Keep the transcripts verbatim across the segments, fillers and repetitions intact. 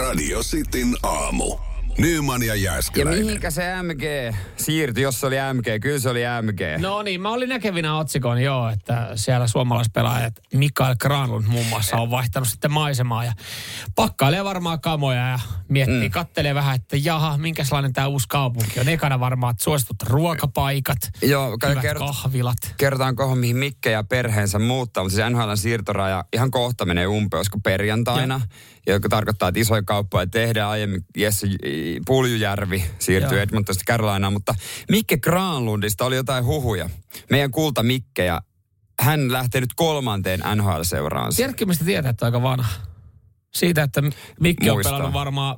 Radio Cityn aamu. Nyman ja Jääskeläinen. Ja mihinkä se M G siirtyi, jos se oli M G? Kyllä se oli M G. No niin, mä olin näkevinä otsikon joo, että siellä suomalaispelaajat Mikael Granlund muun muassa on vaihtanut sitten maisemaa ja pakkailee varmaan kamoja ja miettii, mm. kattelee vähän, että jaha, minkälainen tämä uusi kaupunki on. Ekana varmaan, että suositut ruokapaikat, joo, hyvät kert- kahvilat. Kerrotaan kohon, mihin Mikke ja perheensä muuttaa, mutta siis N H L:n siirtoraja ihan kohta menee umpeen, olisiko perjantaina, ja. joka tarkoittaa, että isoja kauppoja tehdään. Aiemmin Jesse Puljujärvi siirtyy Joo. Edmontonista Carolinaan, mutta Mikke Granlundista oli jotain huhuja. Meidän kulta Mikke, ja hän lähtee nyt kolmanteen N H L-seuraansa. Tiedätkö, mistä tietää, että aika vanha? Siitä, että Mikke Muistaa. on pelannut varmaan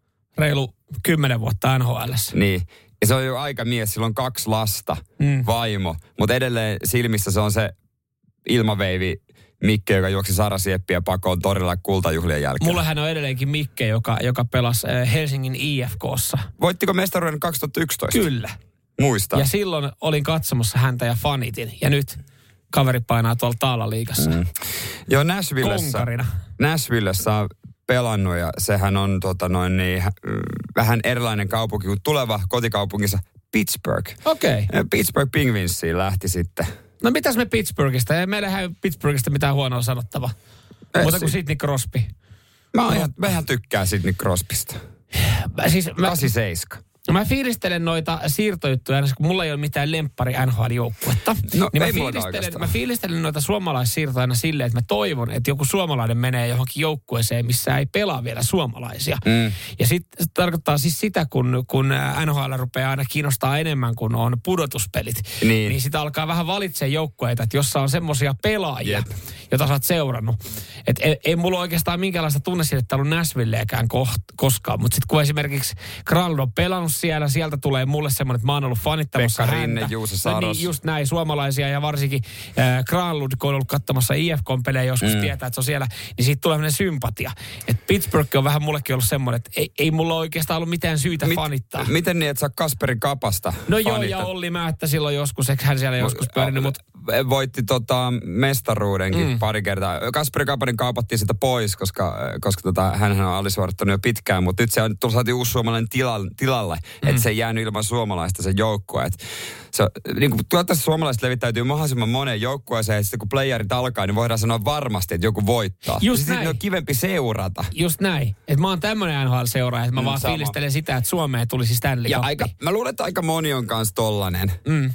reilu kymmenen vuotta N H L:ssä. Niin. Ja se on jo aika mies, sillä on kaksi lasta, mm. vaimo, mutta edelleen silmissä se on se ilmaveivi Mikke, joka juoksi Sarasieppiä pakoon torilla kultajuhlien jälkeen. Mullahan on edelleenkin Mikke, joka, joka pelasi Helsingin I F K:ssa. Voittiko mestaruuden kaksituhattayksitoista? Kyllä. Muista. Ja silloin olin katsomassa häntä ja fanitin. Ja nyt kaveri painaa tuolla Taalaliigassa. Mm. Joo, Nashvillessä. Konkarina. Nashvillessä on pelannut ja sehän on tota noin niin, vähän erilainen kaupunki kuin tuleva kotikaupunginsa Pittsburgh. Okei. Okay. Pittsburgh Penguinsiin lähti sitten. No mitäs me Pittsburghista? Ei meillähän ei Pittsburghista mitään huonoa sanottavaa. Mutta kuin Sidney Crosby. Mä, no. ihan, mä ihan tykkään Sidney Crosbysta. Siis mä, kahdeksankymmentäseitsemän. Mä fiilistelen noita siirtojuttuja, kun mulla ei ole mitään lemppari N H L-joukkuetta. No, niin ei mä, fiilistelen, mä fiilistelen noita suomalaissiirtoja aina silleen, että mä toivon, että joku suomalainen menee johonkin joukkueeseen, missä ei pelaa vielä suomalaisia. Mm. Ja sitten se tarkoittaa siis sitä, kun, kun N H L rupeaa aina kiinnostaa enemmän, kun on pudotuspelit. Niin, niin sitä alkaa vähän valitsemaan joukkueita, että jossa on semmoisia pelaajia, yep. jota sä oot seurannut. Että ei, ei mulla oikeastaan minkäänlaista tunne sille, että ollut Nashvilleäkään koht, koskaan. Mutta sitten kun esimerkiksi Granlund on pelannut siellä, sieltä tulee mulle semmoinen, että mä oon ollut fanittamassa Pekka häntä. Rinne, Juuse Saros. Niin, just näin, suomalaisia ja varsinkin äh, Granlund, kun on ollut katsomassa I F K-pelejä joskus mm. tietää, että se on siellä, niin siitä tulee sellainen sympatia. Että Pittsburgh on vähän mullekin ollut semmoinen, että ei, ei mulla oikeastaan ollut mitään syytä Mit, fanittaa. Miten niin, että sä Kasperi Kapasta No fanittaa? Joo, ja Olli Määttä silloin joskus, eikö hän siellä joskus pyörinyt, mutta voitti tota mestaruudenkin mm. pari kertaa. Kasperi Kapanen kaupattiin sitä pois, koska, koska tota, hänhän on alisuorittanut jo pitkään, mutta nyt se on tullut saatiin uusi suomalainen tilalle, tilalle mm. että se ei jäänyt ilman suomalaista se joukkue. Et se, niin kuin toivottavasti suomalaiset levittäytyy mahdollisimman moneen joukkueeseen, ja sitten kun playerit alkaa, niin voidaan sanoa varmasti, että joku voittaa. Just sitten näin. on kivempi seurata. Just näin. Että mä oon tämmönen N H L-seuraaja, että mä mm, vaan sama. fiilistelen sitä, että Suomeen tulisi Stanley ja Cup. aika, mä luulen, että aika moni on kanssa tollanen. Mm.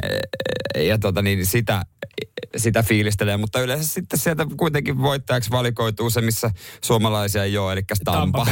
Ja tota niin, sitä... sitä fiilistelee, mutta yleensä sitten sieltä kuitenkin voittajaksi valikoituu se, missä suomalaisia ei ole, eli Tampa.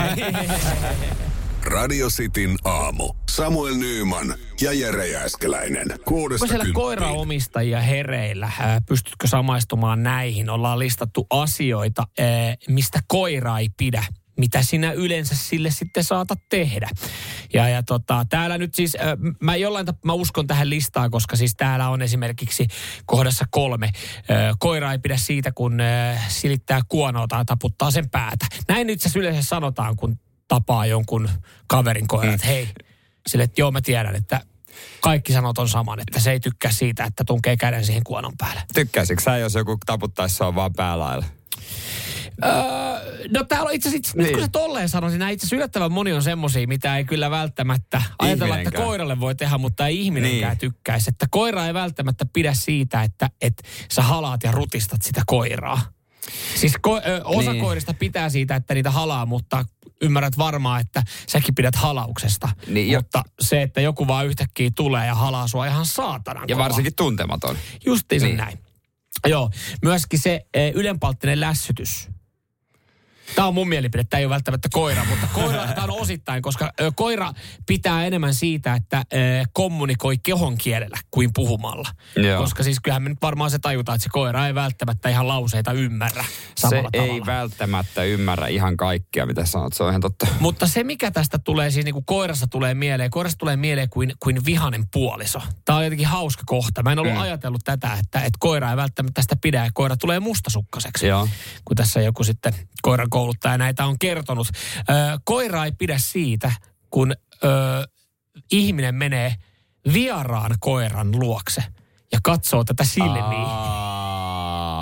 Radio Cityn aamu. Samuel Nyman ja Jere Jääskeläinen. Kuudesta Onko siellä kymppiin. koiraomistajia hereillä? Pystytkö samaistumaan näihin? Ollaan listattu asioita, mistä koira ei pidä. Mitä sinä yleensä sille sitten saatat tehdä. Ja, ja tota, täällä nyt siis, äh, mä jollain tapaa, mä uskon tähän listaan, koska siis täällä on esimerkiksi kohdassa kolme. Äh, koira ei pidä siitä, kun äh, silittää kuonoa tai taputtaa sen päätä. Näin nyt se yleensä sanotaan, kun tapaa jonkun kaverin koiran, että hei, sille, että joo mä tiedän, että kaikki sanot on saman, että se ei tykkää siitä, että tunkee käden siihen kuonon päälle. Tykkäisikö sä, jos joku taputtaisi sua vaan päälailla? Öö, no täällä on itse asiassa, niin. nyt kun sä tolleen sanoisin, nämä itse asiassa yllättävän moni on semmosia, mitä ei kyllä välttämättä ajatella, että koiralle voi tehdä, mutta ei ihminenkään niin. tykkäisi. Että koira ei välttämättä pidä siitä, että, että sä halaat ja rutistat sitä koiraa. Siis ko- ö, osa niin. koirista pitää siitä, että niitä halaa, mutta ymmärrät varmaan, että säkin pidät halauksesta. Niin, mutta jo. se, että joku vaan yhtäkkiä tulee ja halaa sua ihan saatanan Ja kova. Varsinkin tuntematon. Justiinsa niin. näin. Joo, myöskin se ylenpalttinen lässytys. Tämä on mun mielipide, tämä ei ole välttämättä koira, mutta koira, tämä on osittain, koska ö, koira pitää enemmän siitä, että ö, kommunikoi kehon kielellä kuin puhumalla. Joo. Koska siis kyllähän me nyt varmaan se tajutaan, että se koira ei välttämättä ihan lauseita ymmärrä samalla se tavalla. ei välttämättä ymmärrä ihan kaikkea, mitä sanot, se on ihan totta. Mutta se, mikä tästä tulee, siis niin kuin koirassa tulee mieleen, koirassa tulee mieleen kuin, kuin vihainen puoliso. Tämä on jotenkin hauska kohta. Mä en ollut mm. ajatellut tätä, että, että koira ei välttämättä tästä pidä ja koira tulee mustasukkaseksi. Joo. Kun tässä joku sitten koiran kouluttaja näitä on kertonut. Ö, koira ei pidä siitä, kun ö, ihminen menee vieraan koiran luokse ja katsoo tätä silmiä.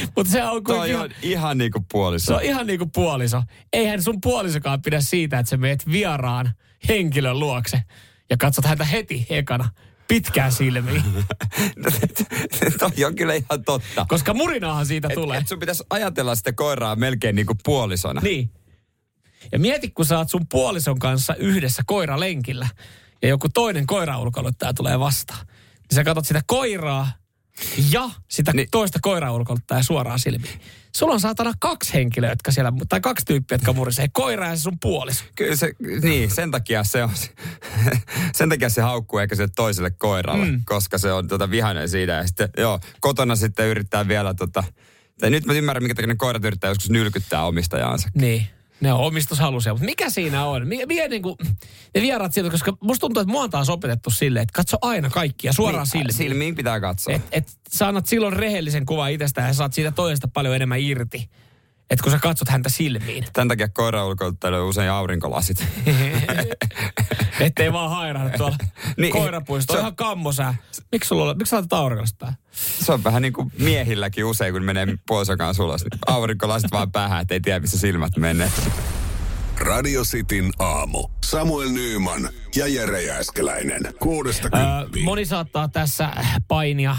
Mutta se on, Toi on ihan niinku puoliso. Se on ihan niinku puoliso. Eihän sun puolisokaan pidä siitä, että sä meet vieraan henkilön luokse ja katsot häntä heti ekana pitkään silmiin. Toi on kyllä ihan totta. Koska murinaahan siitä et, tulee. Et sun pitäisi ajatella sitä koiraa melkein niinku puolisona. Niin. Ja mieti, kun sä oot sun puolison kanssa yhdessä koiralenkillä ja joku toinen koiraulkoiluttaja tulee vastaan. Niin sä katsot sitä koiraa ja sitä niin. toista koiraulkoiluttajaa suoraan silmiin. Sulla on saatana kaksi henkilöä, jotka siellä, tai kaksi tyyppiä, jotka murisee. Koira ja se sun puoliso. Kyllä se, niin, sen takia se on, sen takia se haukkuu eikä sille toiselle koiralle, mm. koska se on tota vihainen siitä. Ja sitten, joo, kotona sitten yrittää vielä tota, tai nyt mä ymmärrän, minkä takia ne koirat yrittää joskus nylkyttää omistajaansa. Niin. Ne on omistushaluisia, mutta mikä siinä on? Mikä, mikä niin kuin, ne vieraat sieltä, koska musta tuntuu, että mua on taas opetettu silleen, että katso aina kaikkia suoraan niin, silmiin. Silmiin pitää katsoa. Että et, sä annat silloin rehellisen kuvan itsestään ja saat siitä toisesta paljon enemmän irti. Että kun sä katsot häntä silmiin. Tämän takia koiraulkoiluttajille on usein aurinkolasit. Ettei vaan hairahda tuolla niin, koirapuisto. On ihan kammosää. Miksi sulla on, miksi sä laitat aurinkolasit päähän? Se on vähän niin kuin miehilläkin usein, kun menee puolisokaan sulos. Niin aurinkolasit vaan päähän, ettei tiedä, missä silmät menee. Radio Cityn aamu. Samuel Nyyman ja Jere Jääskeläinen. Kuudesta kymppiin. Moni saattaa tässä painia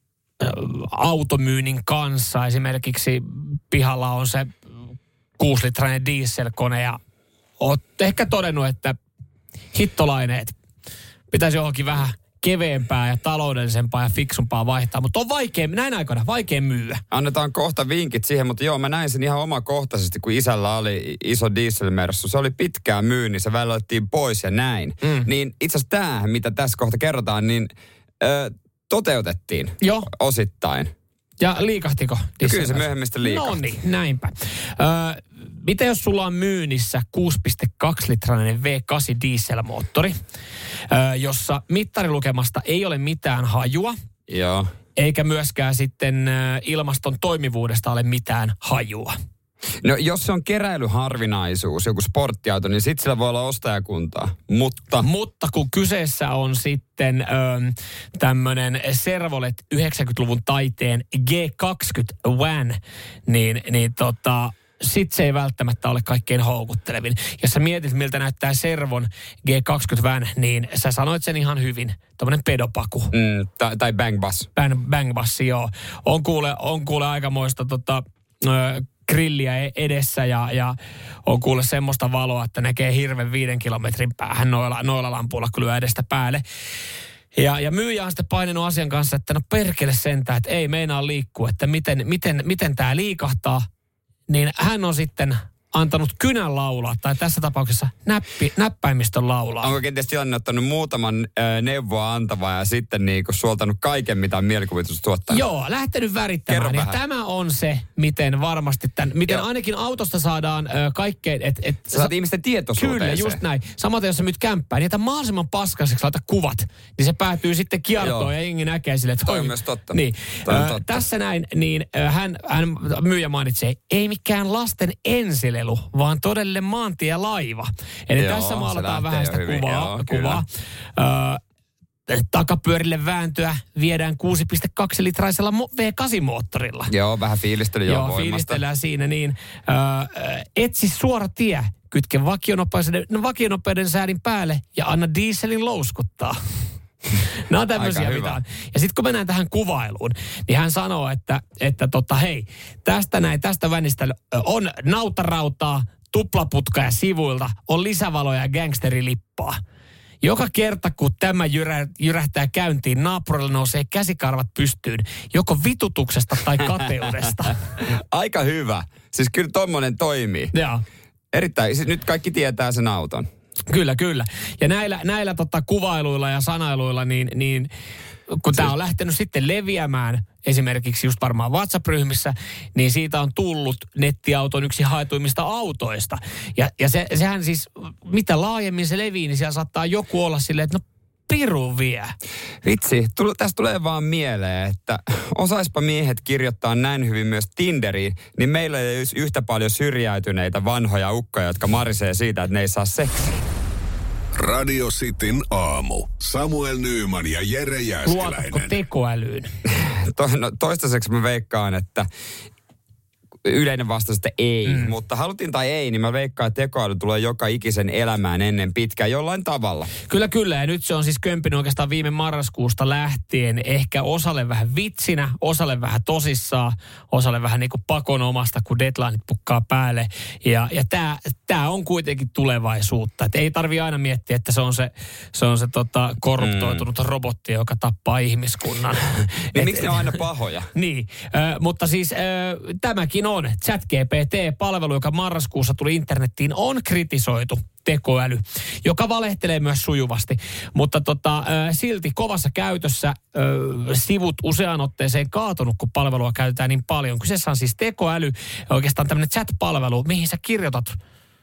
automyynnin kanssa. Esimerkiksi pihalla on se kuusilitrainen dieselkone ja oot ehkä todennut, että hittolaineet pitäisi johonkin vähän keveämpää ja taloudellisempaa ja fiksumpaa vaihtaa. Mutta on vaikea, näin aikoina, vaikea myyä. Annetaan kohta vinkit siihen, mutta joo, mä näin sen ihan omakohtaisesti, kun isällä oli iso dieselmerssu. Se oli pitkään myynnissä, se välillä otettiin pois ja näin. Mm. Niin itse asiassa tämä, mitä tässä kohta kerrotaan, niin ö, toteutettiin joo. osittain. Ja liikahtiko? Ja kyllä se myöhemmin sitten liikahti. No niin, näinpä. Ö, mitä jos sulla on myynnissä kuusi pilkku kaksi litrainen V kahdeksan dieselmoottori, ö, jossa mittarilukemasta ei ole mitään hajua. Joo. Eikä myöskään sitten ö, ilmaston toimivuudesta ole mitään hajua. No jos se on keräilyharvinaisuus, joku sporttiauto, niin sitten sillä voi olla ostajakuntaa, mutta... Mutta kun kyseessä on sitten ö, tämmöinen Servolet yhdeksänkymmentäluvun taiteen G kaksikymmentä Van, niin, niin tota... Sitten se ei välttämättä ole kaikkein houkuttelevin. Jos sä mietit, miltä näyttää Servon G kaksikymmentä Van, niin sä sanoit sen ihan hyvin. Tuommoinen pedopaku. Mm, tai, tai bang bus. Bang, bang bus, joo. On kuule, on kuule aikamoista tota, ö, grilliä edessä ja, ja on kuule semmoista valoa, että näkee hirven viiden kilometrin päähän noilla, noilla lampuilla, kun lyö edestä päälle. Ja, ja myyjä on sitten painanut asian kanssa, että no perkele sentään, että ei meinaa liikkua, että miten, miten, miten tämä liikahtaa. Niin hän on sitten antanut kynän laulaa, tai tässä tapauksessa näppi, näppäimistön laulaa. Onko kenties tilanne ottanut muutaman ö, neuvoa antavaa ja sitten niinku suoltanut kaiken, mitä on mielikuvitus tuottanut? Joo, lähtenyt värittämään. Ja tämä on se, miten varmasti tämän, miten Joo. ainakin autosta saadaan ö, kaikkein... Et, et, sä saat ihmisten tietoisuuteen. Kyllä, just näin. Samaten, jos sä myyt kämppää, niin jätä mahdollisimman paskaiseksi laita kuvat, niin se päätyy sitten kiertoon ja jengi näkee sille, että... Toi on myös totta. Niin. Toi on ö, totta. Tässä näin, niin ö, hän, hän myyjä mainitsee, ei mikään lasten ensilelu, vaan todellinen maantielaiva. Eli Joo, tässä maalataan vähän sitä hyvin. kuvaa. Joo, kuvaa. Ö, takapyörille vääntöä viedään kuusi pilkku kaksi litraisella V kahdeksan moottorilla. Joo, vähän fiilistely jo Joo, voimasta. fiilistellään siinä niin. Ö, etsi suora tie, kytke vakionopeuden, no, vakionopeuden säädin päälle ja anna dieselin louskuttaa. Nämä on tämmöisiä, mitä on. Ja sitten kun mennään tähän kuvailuun, niin hän sanoo, että, että tota, hei, tästä näin, tästä vänistä on nauttarautaa, tuplaputkaa sivuilta, on lisävaloja ja gangsterilippaa. Joka kerta, kun tämä jyrä, jyrähtää käyntiin, naapurilla nousee käsikarvat pystyyn, joko vitutuksesta tai kateudesta. Aika hyvä. Siis kyllä tommonen toimii. Joo. Erittäin. Siis nyt kaikki tietää sen auton. Kyllä, kyllä. Ja näillä, näillä tota kuvailuilla ja sanailuilla, niin, niin kun tämä on lähtenyt sitten leviämään esimerkiksi just varmaan WhatsApp-ryhmissä, niin siitä on tullut nettiauton yksi haetuimmista autoista. Ja, ja se, sehän siis, mitä laajemmin se levii, niin siellä saattaa joku olla silleen, että no piru vie. Vitsi, tull, tästä tulee vaan mieleen, että osaispa miehet kirjoittaa näin hyvin myös Tinderiin, niin meillä ei olisi yhtä paljon syrjäytyneitä vanhoja ukkoja, jotka marisee siitä, että ne ei saa seksiä. Radio Cityn aamu. Samuel Nyyman ja Jere Jääskeläinen. Luotatko tekoälyyn? To, no, toistaiseksi mä veikkaan, että yleinen vastaus, että ei. Mm. Mutta haluttiin tai ei, niin mä veikkaan, että tekoäly tulee joka ikisen elämään ennen pitkään jollain tavalla. Kyllä, kyllä. Ja nyt se on siis kömpinyt oikeastaan viime marraskuusta lähtien. Ehkä osalle vähän vitsinä, osalle vähän tosissaan, osalle vähän niin kuin pakonomasta, kun deadlineit pukkaa päälle. Ja, ja tämä tää on kuitenkin tulevaisuutta. Et ei tarvi aina miettiä, että se on se, se, on se tota, korruptoitunut mm. robotti, joka tappaa ihmiskunnan. Niin miksi ne on aina pahoja? Niin, äh, mutta siis äh, tämäkin on ChatGPT-palvelu, joka marraskuussa tuli internettiin, on kritisoitu tekoäly, joka valehtelee myös sujuvasti. Mutta tota, äh, silti kovassa käytössä äh, sivut useaan otteeseen kaatunut, kun palvelua käytetään niin paljon. Kyseessä on siis tekoäly, oikeastaan tämmöinen chat-palvelu, mihin sä kirjoitat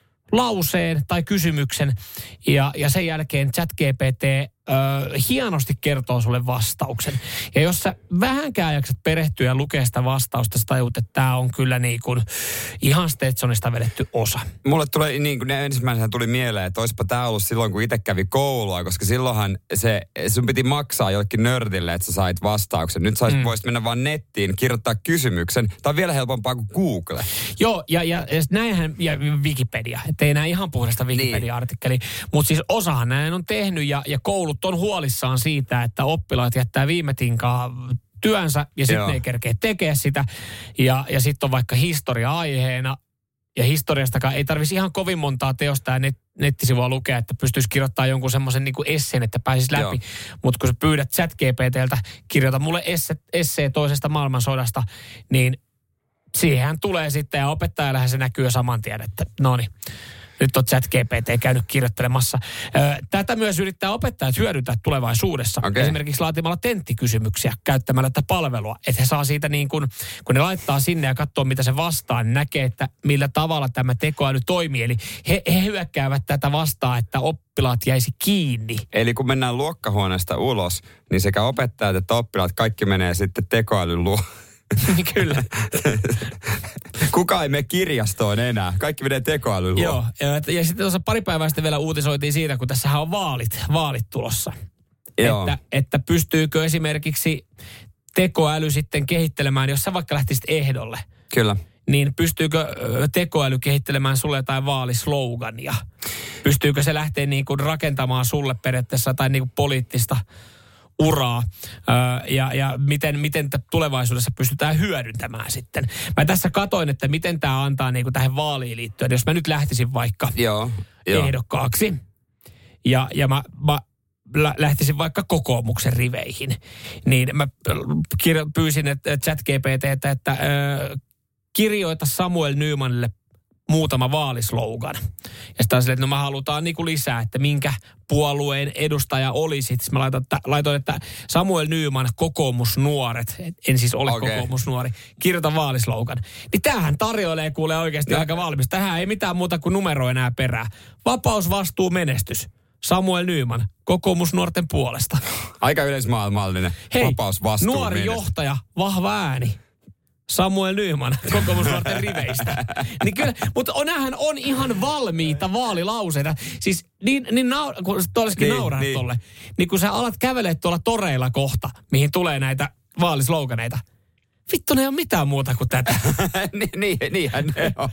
lauseen tai kysymyksen ja, ja sen jälkeen ChatGPT ö, hienosti kertoo sulle vastauksen. Ja jos sä vähänkään jaksat perehtyä ja lukea sitä vastausta, sä tajut, että tää on kyllä niin kuin ihan Stetsonista vedetty osa. Mulle tulee niin kuin ensimmäisenä tuli mieleen, että olisipa tää ollut silloin, kun itse kävi koulua, koska silloinhan se, sun piti maksaa jollekin nördille, että sä sait vastauksen. Nyt sä mm. voisit mennä vaan nettiin, kirjoittaa kysymyksen. Tää on vielä helpompaa kuin Google. Joo, ja, ja, ja näinhän, ja Wikipedia, ettei enää ihan puhdasta Wikipedia-artikkeli. Niin. Mutta siis osahan näin on tehnyt, ja, ja koulut on huolissaan siitä, että oppilaat jättää viime tinkaa työnsä, ja sitten ne ei kerkeä tekemään sitä. Ja, ja sitten on vaikka historia-aiheena, ja historiastakaan ei tarvitsisi ihan kovin montaa teosta ja net, nettisivua lukea, että pystyisi kirjoittamaan jonkun semmoisen niin kuin esseen, että pääsisi läpi. Mutta kun sä pyydät ChatGPTltä, kirjoita mulle esse, essee toisesta maailmansodasta, niin siihen tulee sitten, ja opettajallähän se näkyy jo saman tien, että no niin, nyt on ChatGPT käynyt kirjoittelemassa. Tätä myös yrittää opettajat hyödyntää tulevaisuudessa. Okay. Esimerkiksi laatimalla tenttikysymyksiä käyttämällä tätä palvelua. Että he saa siitä niin kuin, kun ne laittaa sinne ja katsoo mitä se vastaa, niin näkee, että millä tavalla tämä tekoäly toimii. Eli he, he hyökkäävät tätä vastaan, että oppilaat jäisi kiinni. Eli kun mennään luokkahuoneesta ulos, niin sekä opettajat että oppilaat kaikki menee sitten tekoälyn luo. Kyllä. Kuka ei mene kirjastoon enää. Kaikki menee tekoälyn luo. Joo, ja, ja sitten tuossa pari päivää sitten vielä uutisoitiin siitä, kun tässähän on vaalit, vaalit tulossa. Joo. Että, että pystyykö esimerkiksi tekoäly sitten kehittelemään, jos sä vaikka lähtisit ehdolle. Kyllä. Niin pystyykö tekoäly kehittelemään sulle jotain vaalislogania? Pystyykö se lähteä niin kuin rakentamaan sulle periaatteessa tai niin kuin poliittista uraa ja, ja miten, miten tulevaisuudessa pystytään hyödyntämään sitten. Mä tässä katoin, että miten tämä antaa niin kuin tähän vaaliin liittyen. Jos mä nyt lähtisin vaikka joo, jo. ehdokkaaksi ja, ja mä, mä lähtisin vaikka kokoomuksen riveihin, niin mä pyysin että ChatGPT:tä, että äh, kirjoita Samuel Nymanille muutama vaalislogan. Ja sitten silleen, että no me halutaan niinku lisää, että minkä puolueen edustaja olisit. Sitten mä laitoin, että, laitoin, että Samuel Nyman, kokoomusnuoret, en siis ole okay. kokoomusnuori, kirjoita vaalislogan. Niin tämähän tarjoilee kuule oikeasti ja. aika valmis. Tähän ei mitään muuta kuin numero enää perää. Vapaus, vastuu, menestys. Samuel Nyman, kokoomusnuorten puolesta. Aika yleismaailmallinen. Hei, vapaus, vastuu, nuori menestys. Johtaja, vahva ääni. Samuel Nyman, kokoomusnuorten riveistä. Niin kyllä, mutta näähän on ihan valmiita vaalilauseita. Siis niin, niin nau, kun tuollekin niin, nauraa niin. tolle, niin kun sä alat kävelee tuolla toreilla kohta, mihin tulee näitä vaalisloganeita. Vittu, ne ei ole mitään muuta kuin tätä. niin, niin, niinhän ne on.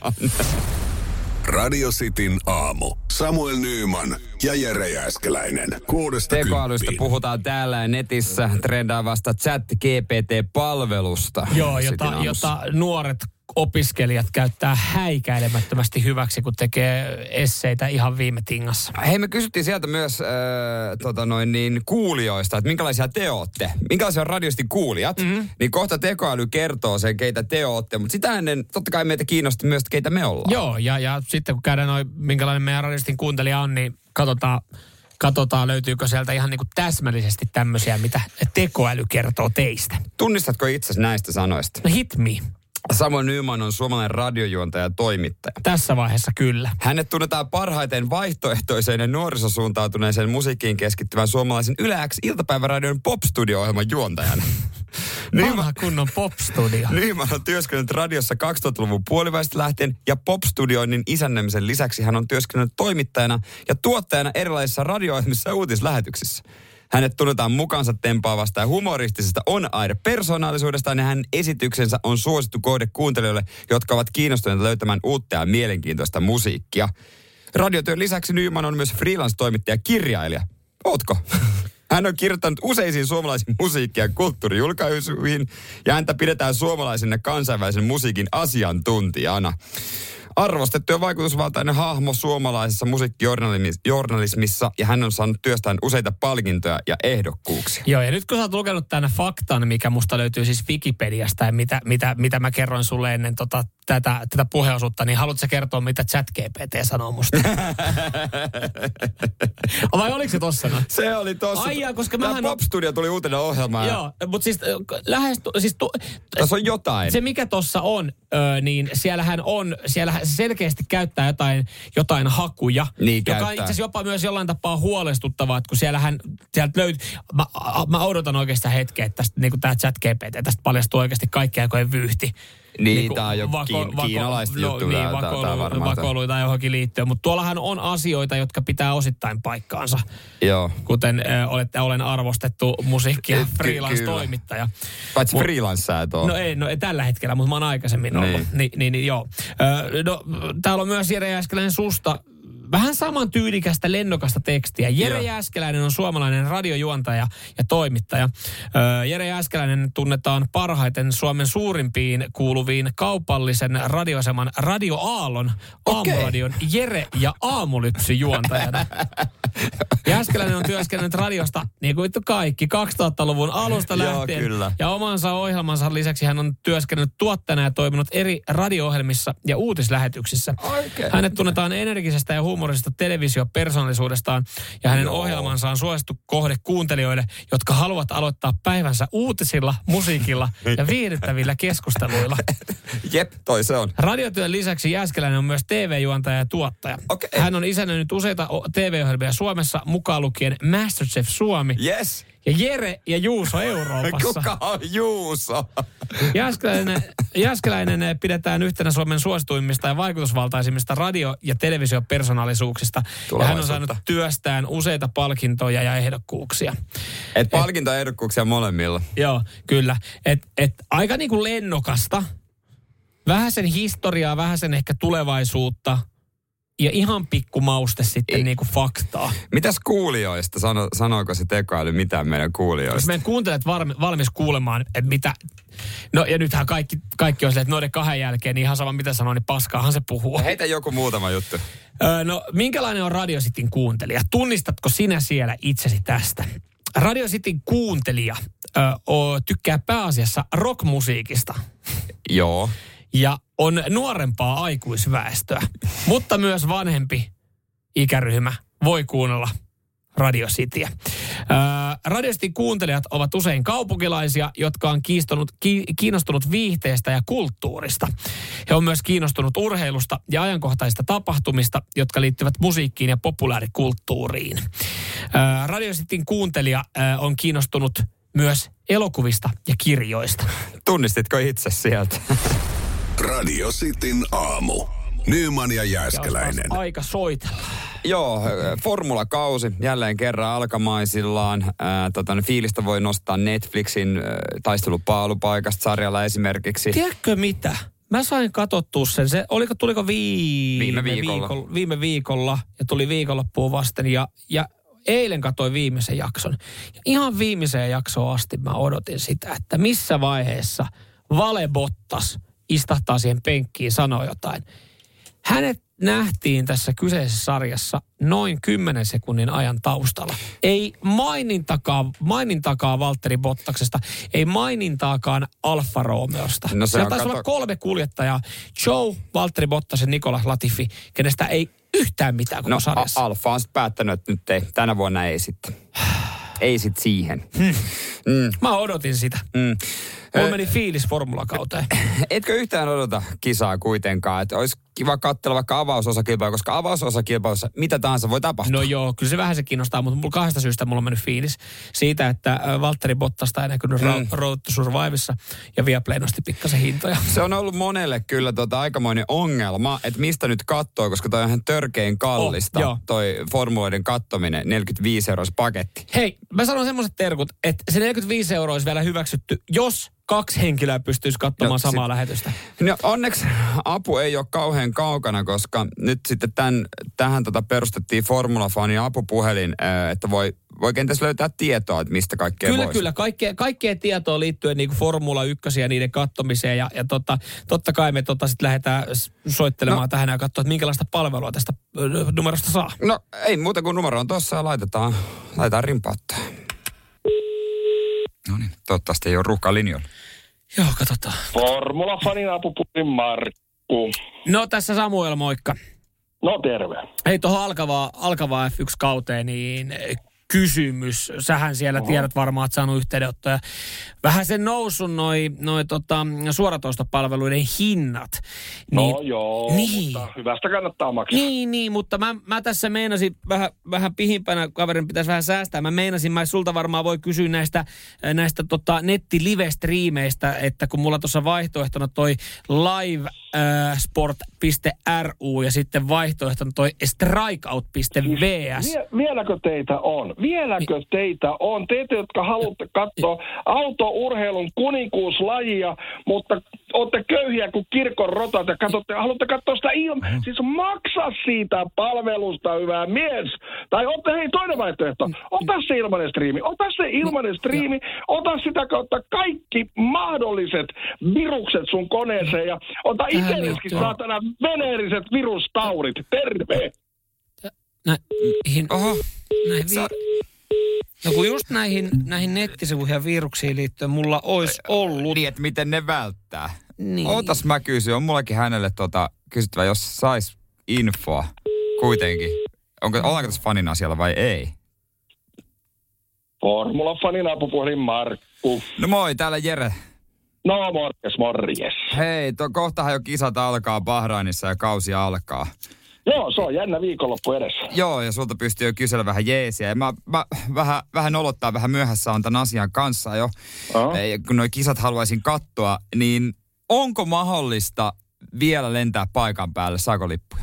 Radio Cityn aamu. Samuel Nyman ja Jere Jääskeläinen. Kuudesta Tekoälystä puhutaan täällä ja netissä trendaavasta ChatGPT-palvelusta. Joo, jota, jota nuoret opiskelijat käyttää häikäilemättömästi hyväksi, kun tekee esseitä ihan viime tingassa. Hei, me kysyttiin sieltä myös äh, tota noin niin, kuulijoista, että minkälaisia te ootte. Minkälaisia on radiostin kuulijat. Mm-hmm. Niin kohta tekoäly kertoo sen, keitä te ootte. Mutta sitä ennen totta kai meitä kiinnosti myös, keitä me ollaan. Joo, ja, ja sitten kun käydään noin, minkälainen meidän radiostin kuuntelija on, niin katsotaan, katsotaan löytyykö sieltä ihan niin kuin täsmällisesti tämmöisiä, mitä tekoäly kertoo teistä. Tunnistatko itsesi näistä sanoista? No hit me. Samuel Nyman on suomalainen radiojuontaja ja toimittaja. Tässä vaiheessa kyllä. Hänet tunnetaan parhaiten vaihtoehtoiseen ja nuorisosuuntautuneeseen musiikkiin keskittyvän suomalaisen Yle X iltapäiväradion Pop-studio-ohjelman juontajana. Vanha kunnon Pop-studio. Nyman on työskennellyt radiossa kaksituhattaluvun puoliväistä lähtien ja Pop-studioinnin isännämisen lisäksi hän on työskennellyt toimittajana ja tuottajana erilaisissa radio-ohjelmissa ja uutislähetyksissä. Hänet tunnetaan mukansa tempaavasta ja humoristisesta on-air-persoonallisuudestaan ja hänen esityksensä on suosittu kohde kuuntelijoille, jotka ovat kiinnostuneita löytämään uutta ja mielenkiintoista musiikkia. Radiotyön lisäksi Nyman on myös freelance-toimittaja ja kirjailija. Ootko? Hän on kirjoittanut useisiin suomalaisiin musiikki- ja kulttuurijulkaisuihin ja häntä pidetään suomalaisen ja kansainvälisen musiikin asiantuntijana. Arvostettu ja vaikutusvaltainen hahmo suomalaisessa musiikkijournalismissa ja hän on saanut työstään useita palkintoja ja ehdokkuuksia. Joo, ja nyt kun sä oot lukenut tämän faktan, mikä musta löytyy siis Wikipediasta ja mitä, mitä, mitä mä kerroin sulle ennen tota, tätä, tätä puheosuutta, niin haluatko sä kertoa, mitä ChatGPT sanoo musta? Vai oliko se tossa? No? Se oli tossa. Ai jaa, koska Tämä mähän... Pop Studio tuli uutena ohjelmaan. Joo, mutta siis lähes... Siis tu... Tässä on jotain. Se mikä tossa on, ö, niin siellähän on, siellähän se selkeästi käyttää jotain, jotain hakuja. Niin joka käyttää. on itse asiassa jopa myös jollain tapaa huolestuttavaa, että kun siellähän, sieltä löytyy... Mä, mä odotan oikeastaan hetkeä, että tästä, niin kuin tämä ChatGPT, tästä paljastuu oikeasti kaikki aikojen vyyhti. Niin, niin tämä on jo vako, kiin, vako, kiinalaista no, juttua. Niin, vakoilu, vakoiluita johonkin liittyen. Mutta tuollahan on asioita, jotka pitää osittain paikkaansa. Joo. Kuten äh, olette, olen arvostettu musiikki- ja Ky- freelance-toimittaja. Paitsi Mut, freelance et ole. No ei, no ei tällä hetkellä, mutta mä oon aikaisemmin ollut. Niin, niin, niin, niin joo. Ö, no, täällä on myös Jere Jääskeläinen susta vähän saman tyylikästä, lennokasta tekstiä. Jere Joo. Jääskeläinen on suomalainen radiojuontaja ja toimittaja. Öö, Jere Jääskeläinen tunnetaan parhaiten Suomen suurimpiin kuuluviin kaupallisen radioaseman Radio Aallon okay. aamuradion Jere ja Aamulypsy juontajana. Jääskeläinen on työskennellyt radiosta niin kuin kaikki kaksituhattaluvun alusta lähtien. Joo, kyllä. Ja omansa ohjelmansa lisäksi hän on työskennellyt tuottajana ja toiminut eri radio-ohjelmissa ja uutislähetyksissä. Okay. Hänet tunnetaan energisestä ja humorisesta televisiopersoonallisuudestaan ja hänen Joo. ohjelmansa on suosittu kohde kuuntelijoille, jotka haluavat aloittaa päivänsä uutisilla, musiikilla ja viihdyttävillä keskusteluilla. Jep, toi se on. Radiotyön lisäksi Jääskeläinen on myös T V-juontaja ja tuottaja. Okay. Hän on isännöinyt useita T V-ohjelmia Suomessa, mukaan lukien MasterChef Suomi. Yes. Ja Jere ja Juuso Euroopassa. Kuka on Juuso? Jääskeläinen, Jääskeläinen pidetään yhtenä Suomen suosituimmista ja vaikutusvaltaisimmista radio- ja televisiopersoonallisuuksista. Ja hän on saanut työstään useita palkintoja ja ehdokkuuksia. Et palkintoja ja ehdokkuuksia molemmilla. Joo, kyllä. Et, et aika niin kuin lennokasta. Vähän sen historiaa, vähän sen ehkä tulevaisuutta. Ja ihan pikku mauste sitten niin kuin faktaa. Mitäs kuulijoista? Sano, sanoiko se tekoäly mitään meidän kuulijoista? Jos meidän kuuntelijat varmi, valmis kuulemaan, että mitä... No ja nythän kaikki, kaikki on silleen, että noiden kahden jälkeen niin ihan sama mitä sanoo, niin paskaahan se puhuu. Heitä joku muutama juttu. Öö, no minkälainen on Radio Cityn kuuntelija? Tunnistatko sinä siellä itsesi tästä? Radio Cityn kuuntelija öö, o, tykkää pääasiassa rockmusiikista. Joo. Ja on nuorempaa aikuisväestöä, mutta myös vanhempi ikäryhmä voi kuunnella Radio Cityä. Ää, Radio Cityn kuuntelijat ovat usein kaupunkilaisia, jotka on kiinnostunut, ki, kiinnostunut viihteestä ja kulttuurista. He on myös kiinnostunut urheilusta ja ajankohtaisista tapahtumista, jotka liittyvät musiikkiin ja populaarikulttuuriin. Ää, Radio Cityn kuuntelija ää, on kiinnostunut myös elokuvista ja kirjoista. Tunnistitko itse sieltä? Radio Cityn aamu. Nyman ja Jääskeläinen. Aika soitella. Joo, formulakausi jälleen kerran alkamaisillaan. Ää, tota, fiilistä voi nostaa Netflixin ää, taistelupaalupaikasta sarjalla esimerkiksi. Tiedätkö mitä? Mä sain katsottua sen. Se, oliko, tuliko viime, viime viikolla. viikolla? Viime viikolla ja tuli viikonloppuun vasten ja, ja eilen katsoin viimeisen jakson. Ja ihan viimeiseen jaksoon asti mä odotin sitä, että missä vaiheessa Vale Bottas istahtaa siihen penkkiin, sanoo jotain. Hänet nähtiin tässä kyseisessä sarjassa noin kymmenen sekunnin ajan taustalla. Ei mainintakaan, mainintakaan Valtteri Bottaksesta, ei mainintaakaan Alfa Romeosta. No se Siellä on, taisi kato... olla kolme kuljettajaa. Joe, Valtteri Bottas ja Nicolas Latifi, kenestä ei yhtään mitään koko no, sarjassa. A- Alfa on sitten päättänyt, että nyt ei. Tänä vuonna ei sitten. Ei sit siihen. Hmm. Mm. Mä odotin sitä. Mm. Mulla meni fiilis formulakauteen. Etkö yhtään odota kisaa kuitenkaan? Että olisi kiva katsella vaikka avausosakilpailua, koska avausosakilpailussa mitä tahansa voi tapahtua. No joo, kyllä se vähän se kiinnostaa, mutta mulla kahdesta syystä mulla on mennyt fiilis. Siitä, että Valtteri Bottasta ei näkynyt mm. Road to Survivessa ja Viaplay nosti pikkasen hintoja. Se on ollut monelle kyllä tota aikamoinen ongelma, että mistä nyt katsoo, koska toi on ihan törkein kallista, oh, toi formuloiden kattominen, neljäkymmentäviisi euroa paketti. Hei, mä sanon semmoiset terkut, että se neljäkymmentäviisi euroa olisi vielä hyväksytty, jos kaksi henkilöä pystyisi katsomaan no, samaa sit, lähetystä. No onneksi apu ei ole kauhean kaukana, koska nyt sitten tämän, tähän tota perustettiin Formula-fanin apupuhelin, että voi, voi kenties löytää tietoa, että mistä kaikkea Kyllä, voisi. kyllä. Kaikkea, kaikkea tietoa liittyen niin kuin Formula yksi ja niiden kattomiseen. Ja, ja tota, totta kai me tota sit lähdetään soittelemaan no, tähän ja katsoa, että minkälaista palvelua tästä numerosta saa. No ei muuta kuin numero on tuossa ja laitetaan, laitetaan rimpauttaa. No niin, toivottavasti ei ole ruuhkaa linjoilla. Joo, katsotaan. Formula-fanin apupuhelin Markku. No tässä Samuel, moikka. No terve. Hei, tuohon alkavaa, alkavaa F yksi -kauteen, niin kysymys. Sähän siellä Oho. tiedät varmaan, että saanut yhteydenottoja. Vähän sen nousun noi, noi tota, suoratoistopalveluiden hinnat. Niin, no joo, niin. Mutta hyvästä kannattaa maksaa. Niin, niin, mutta mä, mä tässä meinasin vähän, vähän pihimpänä, kaverin pitäisi vähän säästää. Mä meinasin, mä sulta varmaan voi kysyä näistä, näistä tota, netti-live-striimeistä, että kun mulla tuossa vaihtoehtona toi live sport piste r u ja sitten vaihtoehtona toi strikeout piste v s. Vie, vieläkö teitä on? Vieläkö teitä on? Teitä, jotka haluatte katsoa autourheilun kuninkuuslajia, mutta olette köyhiä kuin kirkon rotat ja katsotte, haluatte katsoa sitä ilman. Siis maksa siitä palvelusta, hyvä mies. Tai ota, hei, toinen vaihtoehto. Ota se ilmainen striimi. Ota se ilmainen striimi. Ota sitä kautta kaikki mahdolliset virukset sun koneeseen ja ota itselleskin saatana veneeriset virustaurit. Terve! Näihin, Oho. Näihin vi- no kun just näihin, näihin nettisivuihin ja viruksiin liittyen mulla olisi ollut. Niin, että miten ne välttää. Niin. Ootas mä kysyn, on mullakin hänelle tota, kysyttävä, jos sais infoa kuitenkin. Onko, ollaanko tässä fanin asialla vai ei? Formula-fanin apupuhelin Markku. No moi, täällä Jere. No morjes, morjes. Hei, to, kohtahan jo kisat alkaa Bahrainissa ja kausi alkaa. Joo, se on jännä viikonloppu edessä. Joo, ja sulta pystyy jo kysellä vähän jeesiä. Ja mä, mä vähän, vähän olottaa, vähän myöhässä on tämän asian kanssa jo. Uh-huh. Ei, kun noi kisat haluaisin katsoa, niin onko mahdollista vielä lentää paikan päälle? Saako lippuja?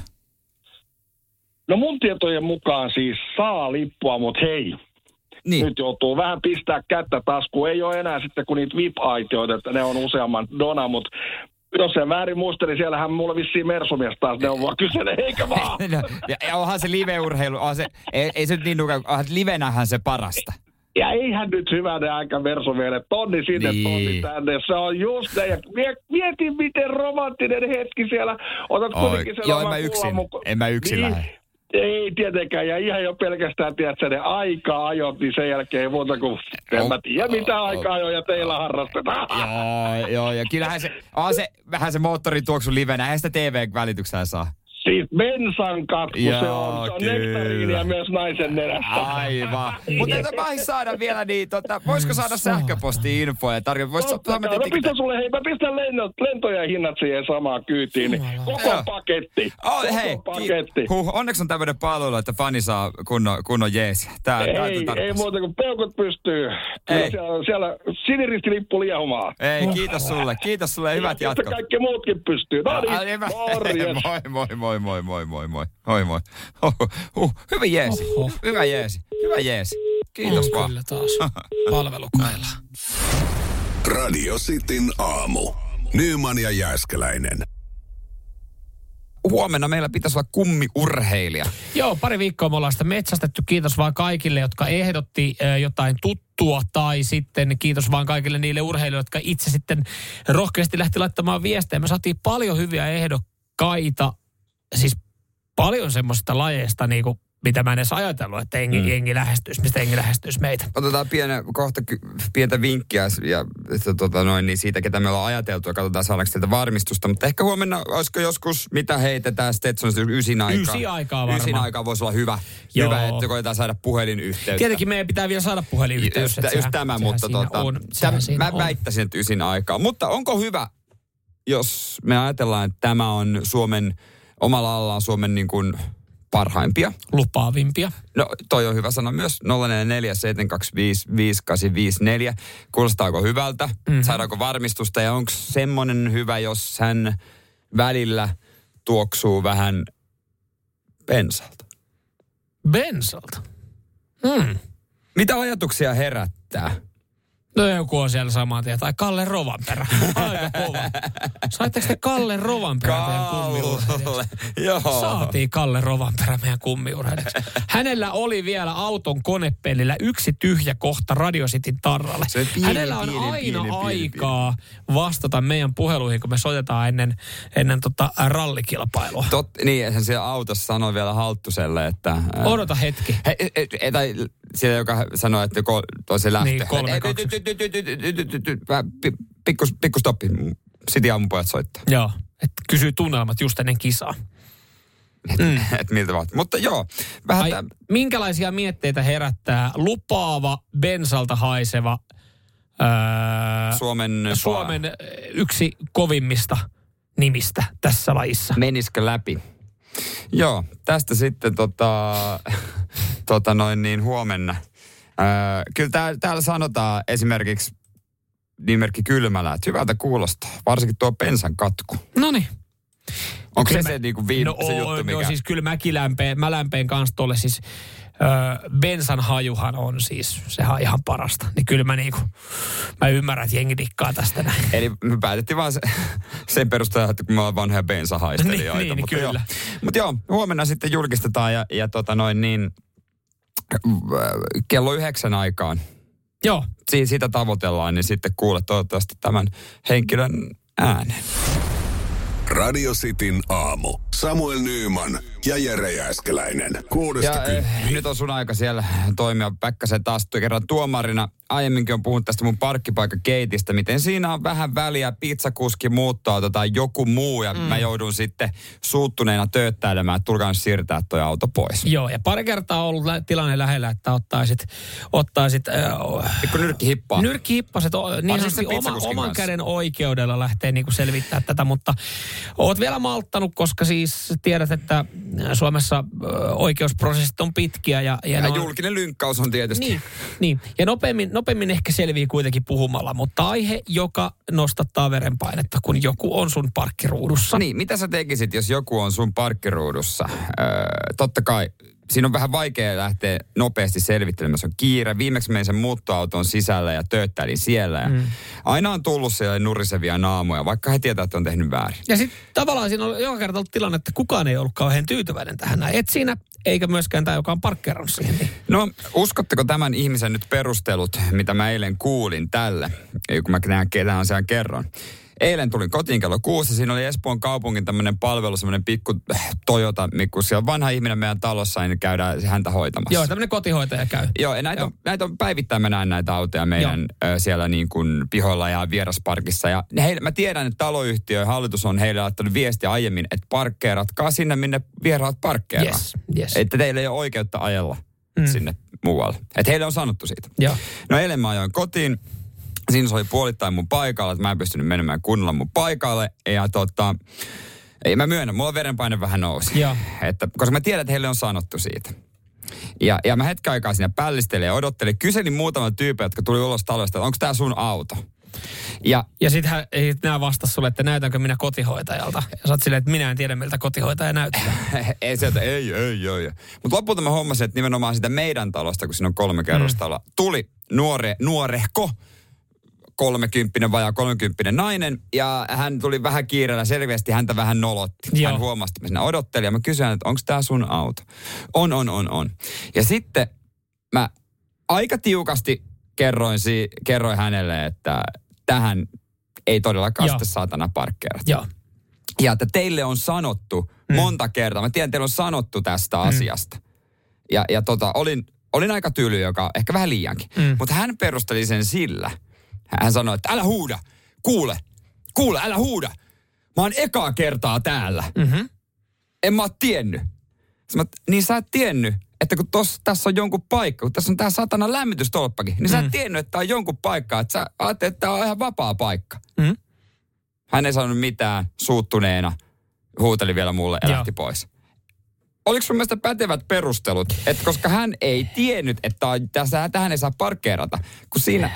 No mun tietojen mukaan siis saa lippua, mutta hei. Niin. Nyt joutuu vähän pistää kättä taskuun. Ei ole enää sitten kuin niitä V I P-aitioita, että ne on useamman dona, mutta jos en väärin muista, niin siellähän mulla vissiin Mersumies taas neuvoa kyselee, eikä vaan. No, ja onhan se live-urheilu, onhan se, ei, ei se nyt niin nuka, onhan livenähän se parasta. Ja eihän nyt hyvänen aika Mersumielle, tonni sinne, niin. Tonni tänne. Se on just näin. Ja mieti, miten romanttinen hetki siellä. Otat kuitenkin sen. Joo, en mä yksin, muka- en mä yksin niin. lähde. Ei tietenkään, ja ihan jo pelkästään, tiedätkö, ne aika-ajot, niin sen jälkeen ei muuta kuin, en oh, mä tiedä, mitä oh, aika-ajoja teillä harrastetaan. Joo, joo, ja kyllähän se, on se, vähän se moottorin tuoksu livenä, eihän sitä T V-välityksellä saa. Siis bensan katku, joo, se on, se on nektariinia myös naisen nenästä. Aivan. Mutta tätä mä saada vielä niin, tota, voisiko saada sähköposti-infoja? Tarkoittaa, vois no, no, no pistä sulle, hei, mä pistän lennot, lentoja ja hinnat siihen samaan kyytiin, niin koko joo. paketti. Oh, koko hei, paketti. Huh, onneksi on tämmöinen palvelu, että fani saa kunnon, kunnon jeesiä. Tää, ei, ei muuta kuin peukut pystyy. Kyllä siellä, siellä siniristilippu liehumaan. Ei, kiitos sulle, kiitos sulle ja hyvät jatkot. Kaikki muutkin pystyy. No niin, morjes. Moi, moi, moi. Moi, moi, moi, moi. Moi, moi. Huh, huh. Hyvä jeesi. Oho. Hyvä jeesi. Hyvä jeesi. Kiitos on vaan. Kyllä taas. Palvelukailla. Radio Cityn aamu. Nyman ja Jääskeläinen. Huomenna meillä pitäisi olla kummiurheilija. Joo, pari viikkoa me ollaan sitä metsästetty. Kiitos vaan kaikille, jotka ehdotti äh, jotain tuttua. Tai sitten kiitos vaan kaikille niille urheilijoille, jotka itse sitten rohkeasti lähti laittamaan viestejä. Me saatiin paljon hyviä ehdokkaita. Siis paljon semmoisista lajeista, niin kuin, mitä mä en edes ajatellut, että jengi, mm. jengi lähestyisi, mistä jengi lähestyisi meitä. Otetaan pienä, kohta pientä vinkkiä ja tota noin, niin siitä, ketä me ollaan ajateltu, ja katsotaan saadaanko sieltä varmistusta. Mutta ehkä huomenna, olisiko joskus, mitä heitetään Stetsonista ysin aikaa. Ysin aikaa varmaan. Ysin aikaa voisi olla hyvä. Joo. Hyvä, että koetaan saada puhelinyhteyttä. Tietenkin meidän pitää vielä saada puhelinyhteys. Just, just tämä, mutta tota, täm, mä on. väittäisin, että ysin aikaa. Mutta onko hyvä, jos me ajatellaan, että tämä on Suomen omalla alallaan Suomen niin kuin parhaimpia. Lupaavimpia. No toi on hyvä sana myös. nolla neljä neljä seitsemän kaksi viisi viisi kahdeksan viisi neljä. Kuulostaako hyvältä? Mm-hmm. Saadaanko varmistusta? Ja onko semmoinen hyvä, jos hän välillä tuoksuu vähän bensalta? Bensalta? Hmm. Mitä ajatuksia herättää? No joku on siellä saman tien. Tai Kalle Rovanperä. Aika kova. Saitteko te Kalle Rovanperä meidän kummiurheilijaksi? Joo. Saatiin Kalle Rovanperä meidän kummiurheilijaksi. Hänellä oli vielä auton konepellillä yksi tyhjä kohta Radio Cityn tarralle. Pieni, Hänellä on pieni, aina pieni, aikaa pieni. vastata meidän puheluihin, kun me soitetaan ennen, ennen tota rallikilpailua. Tot, niin, hän siellä autossa sanoi vielä Halttuselle, että... Ää, Odota hetki. He, he, he, tai siellä, joka sanoi, että ko, se lähtee. Niin, kolme, kaksi. Pikku, pikku stoppi. Sitten aamupojat soittaa. Joo, että kysyy tunnelmat just ennen kisaa. Mm. Et miltä vaat. Mutta joo. Vähän Ai, tämän... Minkälaisia mietteitä herättää lupaava, bensalta haiseva öö, Suomen, Suomen yksi kovimmista nimistä tässä lajissa? Menisikö läpi? Joo, tästä sitten tota, tota noin niin huomenna. Öö, kyllä tää, täällä sanotaan esimerkiksi nimimerkki Kylmälä, että hyvältä kuulostaa. Varsinkin tuo bensan katku. Noniin. Onko kyllä se mä, se niinku viin, no, se juttu, mikä... No siis kyllä mäkin lämpeen, mä lämpeen kanssa tuolle siis öö, bensan hajuhan on siis, sehän on ihan parasta. Niin kyllä mä niinku, mä ymmärrän, että jengi dikkaa tästä näin. Eli me päätettiin vaan se, sen perusteella, että kun me ollaan vanhoja bensahaistelijoita. niin, niin, mutta kyllä. Joo. Mutta joo, huomenna sitten julkistetaan ja, ja tota noin niin, kello yhdeksän aikaan. Joo. Si- sitä tavoitellaan, niin sitten kuulet toivottavasti tämän henkilön äänen. Radio Cityn aamu. Samuel Nyyman ja Jere Jääskeläinen. Kuudesta Ja eh, nyt on sun aika siellä toimia Päkkäsen taas kerran tuomarina. Aiemminkin on puhunut tästä mun parkkipaikkakeitistä, miten siinä on vähän väliä, pizzakuski muuttaa tai joku muu, ja mm. mä joudun sitten suuttuneena tööttäilemään, että tulkaa nyt siirtää toi auto pois. Joo, ja pari kertaa on ollut lä- tilanne lähellä, että ottaisit, ottaisit äh, Pikku nyrkki hippaa. Nyrkki hippaset, niin sanotusti oma, oman kanssa. käden oikeudella lähtee niin kuin selvittää tätä, mutta oot vielä malttanut, koska siis tiedät, että Suomessa äh, oikeusprosessit on pitkiä. Ja, ja, ja on, julkinen lynkkaus on tietysti. Niin, niin. ja nopeammin, nopeammin ehkä selvii kuitenkin puhumalla, mutta aihe, joka nostattaa verenpainetta, kun joku on sun parkkiruudussa. Niin, mitä sä tekisit, jos joku on sun parkkiruudussa? Öö, totta kai, siinä on vähän vaikea lähteä nopeasti selvittelemään. Se on kiire. Viimeksi menin sen muuttoauton sisällä ja tööttäilin siellä. Ja mm. aina on tullut siellä nurisevia naamoja, vaikka he tietää, että on tehnyt väärin. Ja sitten tavallaan siinä on joka kerta ollut tilanne, että kukaan ei ollut kauhean tyytyväinen tähän näin. Et siinä, eikä myöskään tämä, joka on parkkeerannut siihen. Niin. No, uskotteko tämän ihmisen nyt perustelut, mitä mä eilen kuulin tälle, kun mä näen ketään sen kerron? Eilen tulin kotiin kello kuusi. Siinä oli Espoon kaupungin tämmöinen palvelu, semmoinen pikku Toyota, kun siellä on vanha ihminen meidän talossa, niin käydään häntä hoitamassa. Joo, tämmöinen kotihoitaja käy. Joo, ja näitä, Joo. On, näitä on päivittäin, mä näen näitä autoja meidän ö, siellä niin kuin pihoilla ja vierasparkissa. Ja heille, mä tiedän, että taloyhtiö ja hallitus on heille laittanut viestiä aiemmin, että parkkeeratkaa sinne, minne vieraat parkkeeraa. Yes, yes. Että teillä ei ole oikeutta ajella mm. sinne muualle. Että heille on sanottu siitä. Joo. No eilen mä ajoin kotiin. Siinä se oli puolittain mun paikalla, että mä en pystynyt menemään kunnolla mun paikalle. Ja tota, ei mä myönnä, mulla verenpaine vähän nousi. Joo. Että, koska mä tiedän, että heille on sanottu siitä. Ja, ja mä hetken aikaa siinä pällistelin ja odottelin. Kyselin muutaman tyypin, jotka tuli ulos talosta, että onko tää sun auto? Ja, ja sitten sit nämä vastasi sulle, että näytänkö minä kotihoitajalta. Ja sä oot silleen, että minä en tiedä, miltä kotihoitaja näyttää. ei sieltä, ei, ei, ei. Mutta lopulta mä hommasin, että nimenomaan sitä meidän talosta, kun siinä on kolme kerrostaloa, mm. tuli nuore, nuorehko, kolmekymppinen, vajaa kolmekymppinen nainen, ja hän tuli vähän kiireellä, selvästi häntä vähän nolotti. Joo. Hän huomasi, että mä siinä odottelin, ja mä kysyin, että onko tää sun auto? On, on, on, on. Ja sitten mä aika tiukasti kerroin, si- kerroin hänelle, että tähän ei todellakaan sitten saatana parkkeerata. Joo. Ja että teille on sanottu mm. monta kertaa, mä tiedän, teille on sanottu tästä mm. asiasta. Ja, ja tota, olin, olin aika tyly, joka ehkä vähän liiankin. Mm. Mutta hän perusteli sen sillä, hän sanoi, että älä huuda, kuule, kuule, älä huuda. Mä oon ekaa kertaa täällä. Mm-hmm. En mä oo tiennyt. Mä, niin sä et tiennyt, että kun tos, tässä on jonkun paikka, kun tässä on tää satana lämmitystolppakin, niin mm. sä et tiennyt, että tää on jonkun paikka, että sä ajattelet, että tää on ihan vapaa paikka. Mm. Hän ei sanonut mitään, suuttuneena. huuteli vielä mulle ja Joo. lähti pois. Oliko sun mielestä pätevät perustelut, että koska hän ei tiennyt, että tässä, tähän ei saa parkkeerata, kun siinä...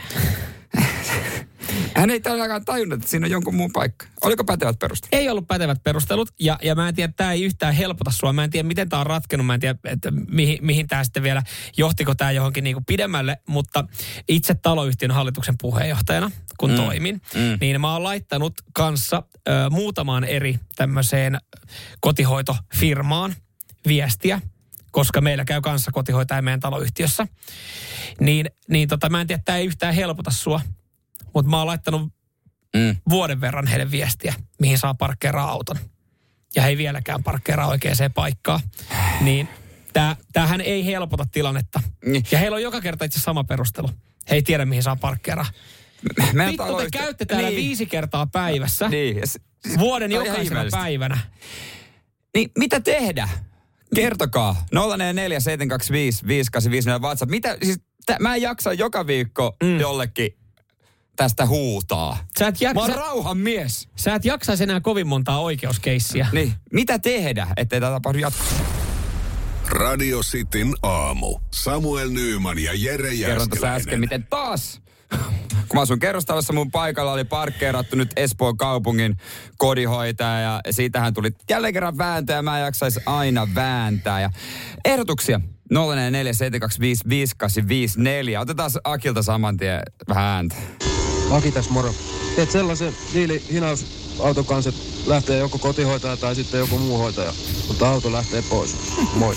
Hän ei todellakaan tajunnut, että siinä on jonkun muun paikka. Oliko pätevät perustelut? Ei ollut pätevät perustelut, ja, ja mä en tiedä, tämä ei yhtään helpota sua. Mä en tiedä, miten tämä on ratkennut. Mä en tiedä, että mihin, mihin tämä sitten vielä, johtiko tämä johonkin niinku pidemmälle. Mutta itse taloyhtiön hallituksen puheenjohtajana, kun mm. toimin, mm. niin mä oon laittanut kanssa ö, muutamaan eri tämmöiseen kotihoitofirmaan viestiä, koska meillä käy kanssa kotihoitaja meidän taloyhtiössä. Niin, niin tota, mä en tiedä, että tämä ei yhtään helpota sua. Mutta mä oon laittanut mm. vuoden verran heille viestiä, mihin saa parkkeeraa auton. Ja he ei vieläkään parkkeeraa oikeaan paikkaan. Niin tää, tämähän ei helpota tilannetta. Mm. Ja heillä on joka kerta itse sama perustelu. He ei tiedä, mihin saa parkkeeraa. Vittu, te käytte täällä niin. viisi kertaa päivässä. Niin. Vuoden jokaisena päivänä. Niin mitä tehdä? Kertokaa. nolla neljä neljä seitsemän kaksi viisi viisi kahdeksan viisi nolla WhatsApp. Mitä, siis, t- mä en jaksa joka viikko mm. jollekin tästä huutaa. Sä et jak- Mä oon sä, rauhan mies. Sä et jaksaisi enää kovin montaa oikeuskeissiä. Niin. Mitä tehdä, ettei tätä tapahdu jatkossa? Radio Cityn aamu. Samuel Nyyman ja Jere Jääskeläinen. Kerron tuossa äsken, miten taas, kun mä asun kerrostalossa, mun paikalla oli parkkeerattu nyt Espoon kaupungin kodinhoitaja. Ja siitähän tuli jälleen kerran vääntöä. Mä en jaksaisi aina vääntää. Ja ehdotuksia. nolla neljä neljä seitsemän kaksi viisi viisi kahdeksan viisi neljä. Otetaan Akilta saman tien vähän ääntä. Aki tässä moro. Teet sellaisen diili hinausauton kanssa, että lähtee joko kotihoitaja tai sitten joku muu hoitaja. Mutta auto lähtee pois. Moi.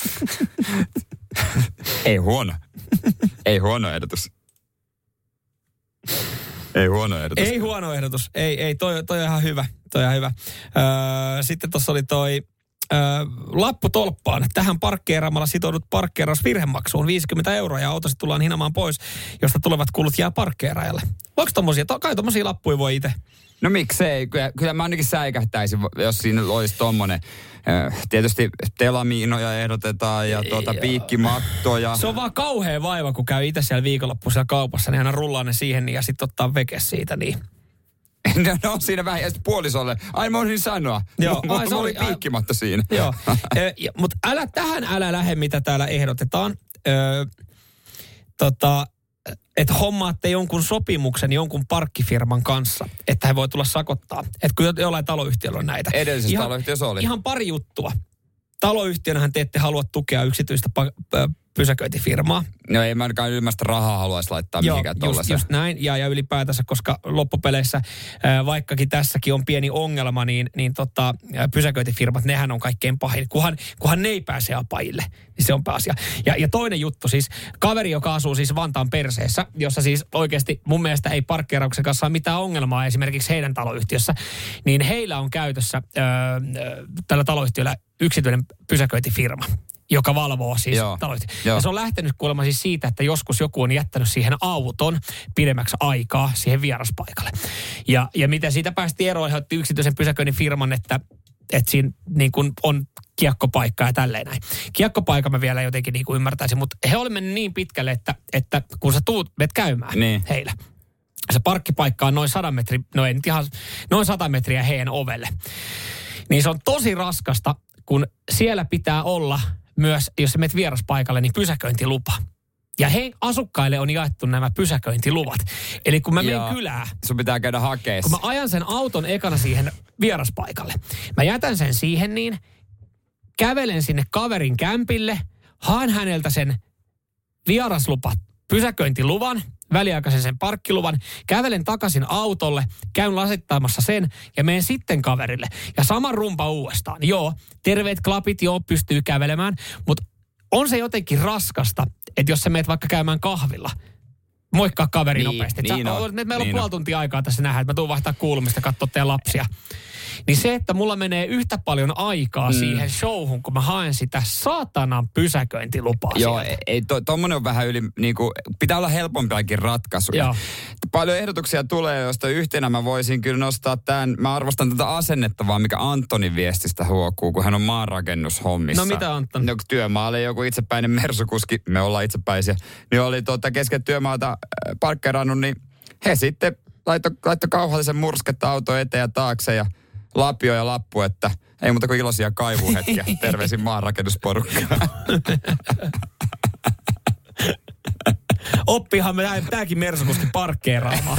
Ei huono. Ei huono ehdotus. Ei huono ehdotus. Ei huono ehdotus. Ei, ei toi, toi on ihan hyvä. Toi on ihan hyvä. Öö, sitten tuossa oli toi öö, lappu tolppaan. Tähän parkkeeraamalla sitoudut parkkeerausvirhemaksuun viisikymmentä euroa ja autosi tullaan hinamaan pois, josta tulevat kulut jää parkkeeraajalle. Voiko tommosia? Kai tommosia lappuja voi itse. No miksei? Kyllä, kyllä mä ainakin säikähtäisin, jos siinä olisi tommonen. Tietysti telamiinoja ehdotetaan ja tuota piikkimattoja. Se on vaan kauhea vaiva, kun käy itse siellä viikonloppuisella kaupassa, niin hän rullaa ne siihen ja sitten ottaa veke siitä, niin. No, no siinä vähän, ja sitten puolisolle. Ai mä voisin sanoa. Joo, mulla ai, oli piikkimatto siinä. Joo, mutta älä tähän älä lähde, mitä täällä ehdotetaan. Ö, tota, että hommaatte jonkun sopimuksen jonkun parkkifirman kanssa, että he voi tulla sakottaa. Että kun jollain taloyhtiöllä on näitä. Edellisessä ihan, taloyhtiössä oli. Ihan pari juttua. Taloyhtiönähän te ette halua tukea yksityistä pa- pysäköintifirmaa. No ei mä ainakaan ylimmästä rahaa haluaisi laittaa Joo, mihinkään just, just näin. Ja, ja ylipäätänsä, koska loppupeleissä, ää, vaikkakin tässäkin on pieni ongelma, niin, niin tota, pysäköintifirmat, nehän on kaikkein pahin. Kunhan, kunhan ne ei pääse apajille, niin se on pääasia. Ja, ja toinen juttu siis, kaveri, joka asuu siis Vantaan perseessä, jossa siis oikeasti mun mielestä ei parkkeerauksen kanssa ole mitään ongelmaa esimerkiksi heidän taloyhtiössä, niin heillä on käytössä ää, tällä taloyhtiöllä yksityinen pysäköintifirma, joka valvoo siis taloyhtiö. Ja se on lähtenyt kuulemma siis siitä, että joskus joku on jättänyt siihen auton pidemmäksi aikaa siihen vieraspaikalle. Ja, ja miten siitä päästiin eroon, he otti yksityisen pysäköinnin firman, että, että siinä niin kuin on kiekkopaikka ja tälleen näin. Kiekkopaikka mä vielä jotenkin niin kuin ymmärtäisin, mutta he oli mennyt niin pitkälle, että, että kun sä tuut, menet käymään niin heillä. Se parkkipaikka on noin sata metriä, no ei nyt ihan, noin sata metriä heidän ovelle. Niin se on tosi raskasta, kun siellä pitää olla myös, jos sä menet vieraspaikalle, niin pysäköintilupa. Ja he asukkaille on jaettu nämä pysäköintiluvat. Eli kun mä menen kylään. Sun pitää käydä hakemaan. Kun mä ajan sen auton ekana siihen vieraspaikalle. Mä jätän sen siihen niin, kävelen sinne kaverin kämpille, haen häneltä sen vieraslupa pysäköintiluvan, väliaikaisen sen parkkiluvan, kävelen takaisin autolle, käyn lasittamassa sen ja menen sitten kaverille. Ja sama rumpa uudestaan. Joo, terveet klapit, joo, pystyy kävelemään, mutta on se jotenkin raskasta, että jos sä meet vaikka käymään kahvilla, moikkaa kaveri niin, nopeasti. Niin sä, on, meillä on niin puoli tuntia aikaa tässä nähdä, että mä tuun vaihtaa kuulumista, katsoa teidän lapsia. Niin se, että mulla menee yhtä paljon aikaa mm. siihen showhun, kun mä haen sitä saatanan pysäköintilupaa. Joo, sieltä. ei, to, tommonen on vähän yli, niinku, pitää olla helpompiakin ratkaisuja. Joo. Paljon ehdotuksia tulee, joista yhtenä mä voisin kyllä nostaa tämän, mä arvostan tätä asennetta vaan, mikä Antonin viestistä huokuu, kun hän on maanrakennushommissa. No mitä Anton? No, työmaalle joku itsepäinen mersukuski, me ollaan itsepäisiä, niin oli tuota kesken työmaata parkkeerannut, niin he sitten laittoi laitto kauhallisen mursketta auto eteen ja taakse ja lapio ja lappu, että ei muuta kuin iloisia kaivuhetkiä. Terveisin maanrakennusporukkaan. Oppihan me tääkin Mersukoski parkkeeraamaan.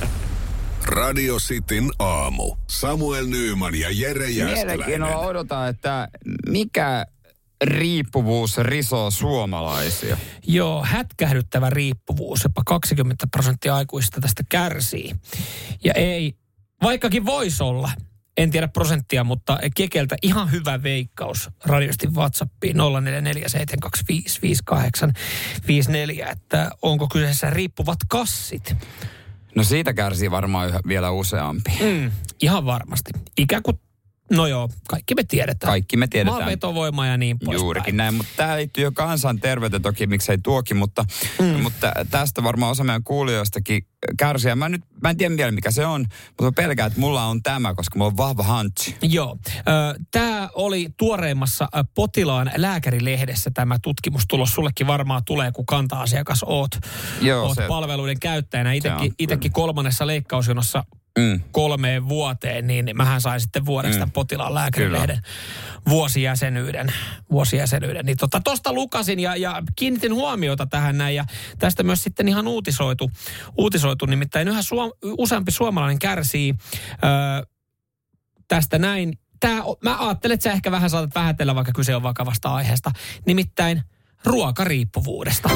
Radio Cityn aamu. Samuel Nyyman ja Jere Jääskeläinen. Mielenkiinnolla odotan, että mikä riippuvuus risoo suomalaisia. Joo, hätkähdyttävä riippuvuus. Jopa kaksikymmentä prosenttia aikuisista tästä kärsii. Ja ei, vaikkakin voisi olla, en tiedä prosenttia, mutta Kekeltä ihan hyvä veikkaus radiosti WhatsAppiin nolla neljä neljä seitsemän kaksi viisi viisi kahdeksan viisi neljä, että onko kyseessä riippuvat kassit? No siitä kärsii varmaan yhä, vielä useampi. Mm, ihan varmasti. Ikään kuin, no joo, kaikki me tiedetään. Kaikki me tiedetään. Maanvetovoima ja niin poispäin. Juurikin näin, mutta tämä liittyy jo kansanterveyteen toki, miksei tuokin, mutta, mm. mutta tästä varmaan osa meidän kuulijoistakin kärsiä. Mä, nyt, mä en tiedä vielä mikä se on, mutta mä pelkään, että mulla on tämä, koska mulla on vahva hantsi. Joo. Tämä oli tuoreimmassa potilaan lääkärilehdessä tämä tutkimustulos. Sullekin varmaan tulee, kun kanta-asiakas oot, Joo, oot se, palveluiden käyttäjänä. Itekin, itekin kolmannessa leikkausjonossa mm. kolmeen vuoteen, niin mähän sain sitten vuodeksi mm. potilaan lääkärilehden vuosijäsenyyden. vuosijäsenyyden. Niin tota, tosta lukasin ja, ja kiinnitin huomiota tähän näin ja tästä myös sitten ihan uutisoitu. uutisoitu nimittäin yhä suom- useampi suomalainen kärsii öö, tästä näin. Tää, mä ajattelen, että sä ehkä vähän saatat vähätellä, vaikka kyse on vakavasta aiheesta. Nimittäin ruokariippuvuudesta.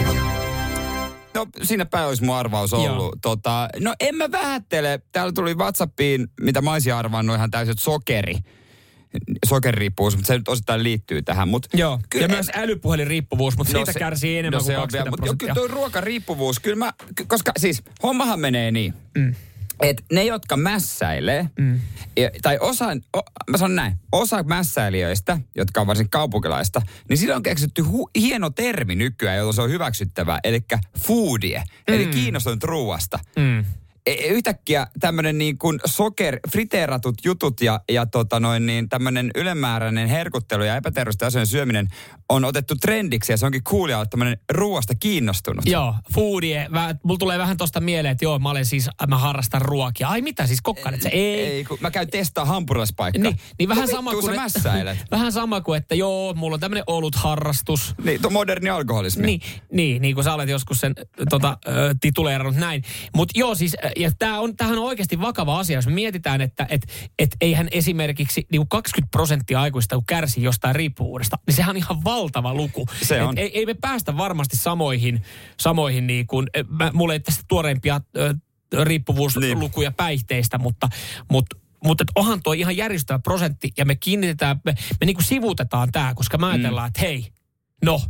No siinäpä olisi mun arvaus ollut. Tota, no en mä vähättele. Täällä tuli WhatsAppiin, mitä mä olisin arvannut ihan täysin, että sokeri. Sokeririippuvuus, mutta se nyt osittain liittyy tähän. Mut joo, kyllä, ja myös älypuhelinriippuvuus, mutta no siitä se, kärsii enemmän no kuin kaksikymmentä prosenttia. Mutta kyllä tuo ruokariippuvuus, kyllä mä, koska siis hommahan menee niin, mm. että ne, jotka mässäilee, mm. ja, tai osa, o, mä sanon näin, osa mässäilijöistä, jotka on varsin kaupunkilaista, niin sillä on keksitty hu, hieno termi nykyään, jolloin se on hyväksyttävää, eli foodie, mm. eli kiinnostunut ruuasta. Mm. Yhtäkkiä tämmöinen niin kuin soker, friteeratut jutut ja, ja tota noin niin tämmöinen ylemmääräinen herkuttelu ja epäterveellisten asioiden syöminen on otettu trendiksi ja se onkin coolia olla tämmöinen ruoasta kiinnostunut. Joo, foodie. Mulla tulee vähän tosta mieleen, että joo, mä olen siis, mä harrastan ruokia. Ai mitä siis kokkaan, se ei. Ei, kun mä käyn testaa hampurilaispaikkaa. Niin, niin vähän no, sama kuin että, vähän sama kuin, että joo, mulla on tämmöinen olutharrastus. Niin, tuo moderni alkoholismi. Niin, niin, niin kuin sä olet joskus sen tota, tituleerannut näin. Mutta joo siis, ja tää on, tämähän on oikeasti vakava asia, jos me mietitään, että et, et eihän esimerkiksi niin kuin kaksikymmentä prosenttia aikuista, kun kärsii jostain riippuvuudesta, niin sehän on ihan valtava luku. Se on. Et ei, ei me päästä varmasti samoihin, samoihin niin kuin, mä, mulla ei tästä tuoreimpia ö, riippuvuuslukuja niin. päihteistä, mutta, mutta Mutta onhan tuo ihan järjestävä prosentti ja me kiinnitetään, me, me niin kuin sivuutetaan tämä, koska mä ajatellaan, mm. että hei, no,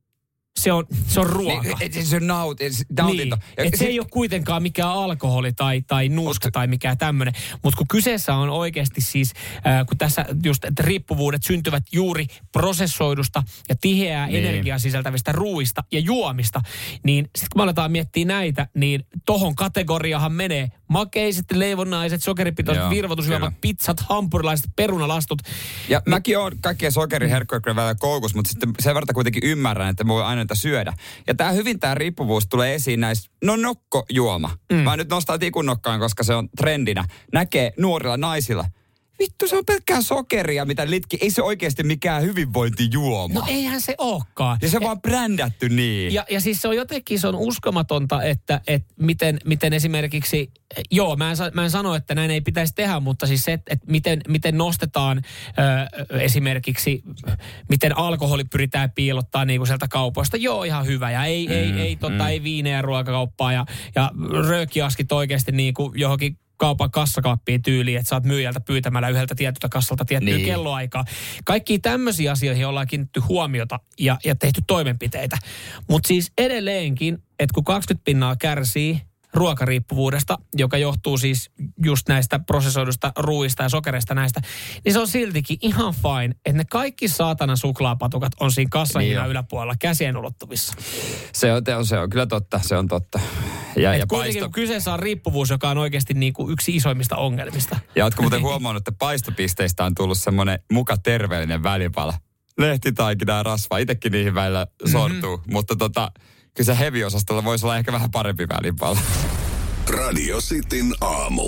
se on, se on ruoka. Niin, se on naut, nautinto. Niin, että se ei ole kuitenkaan mikään alkoholi tai, tai nuuska tai mikään tämmöinen. Mutta kun kyseessä on oikeasti siis, äh, kun tässä just, että riippuvuudet syntyvät juuri prosessoidusta ja tiheää niin. energiaa sisältävistä ruuista ja juomista, niin sitten kun me aletaan miettiä näitä, niin tohon kategoriahan menee makeiset, leivonnaiset, sokeripitoiset, virvoitusjuomat, pizzat, hampurilaiset, perunalastut. Ja niin, mäkin oon kaikkien sokeriherkkoja kyllä välillä koukussa, mutta sitten sen verran kuitenkin ymmärrän, että voi aina niitä syödä. Ja tää hyvin tää riippuvuus tulee esiin näissä, no nokkojuoma. Mm. Mä nyt nostan tikun nokkaan, koska se on trendinä. Näkee nuorilla naisilla. Vittu, se on pelkkää sokeria, mitä litki. Ei se oikeasti mikään hyvinvointijuoma. No eihän se olekaan. Ja se on vaan brändätty niin. Ja, ja siis se on jotenkin, se on uskomatonta, että, että miten, miten esimerkiksi, joo, mä en, mä en sano, että näin ei pitäisi tehdä, mutta siis se, että miten, miten nostetaan ö, esimerkiksi, miten alkoholi pyritään piilottaa niin kuin sieltä kaupoista. Joo, ihan hyvä. Ja ei, mm, ei, ei, tota, mm. ei viineä ruokakauppaa ja, ja röökiaskit oikeasti niin kuin johonkin kaupan kassakaappiin tyyliin, että saat myyjältä pyytämällä yhdeltä tietyltä kassalta tiettyä niin. kelloaikaa. Kaikkia tämmöisiä asioihin ollaan kiinnitetty huomiota ja, ja tehty toimenpiteitä. Mutta siis edelleenkin, että kun kaksikymmentä pinnaa kärsii ruokariippuvuudesta, joka johtuu siis just näistä prosessoidusta ruuista ja sokereista näistä, niin se on siltikin ihan fine, että ne kaikki saatana suklaapatukat on siinä kassahinnan niin yläpuolella käsien ulottuvissa. Se on, se on kyllä totta, se on totta. Ja, ja kuitenkin paisto... kyseessä on riippuvuus, joka on oikeasti niin kuin yksi isoimmista ongelmista. Ja ootko muuten huomannut, että paistopisteistä on tullut semmoinen muka terveellinen välipala? Lehtitaikina ja rasva, itsekin niihin välillä sortuu, mm-hmm. mutta tota... Kyllä se heavy-osastolla voisi olla ehkä vähän parempi välipala. Radio Cityn aamu.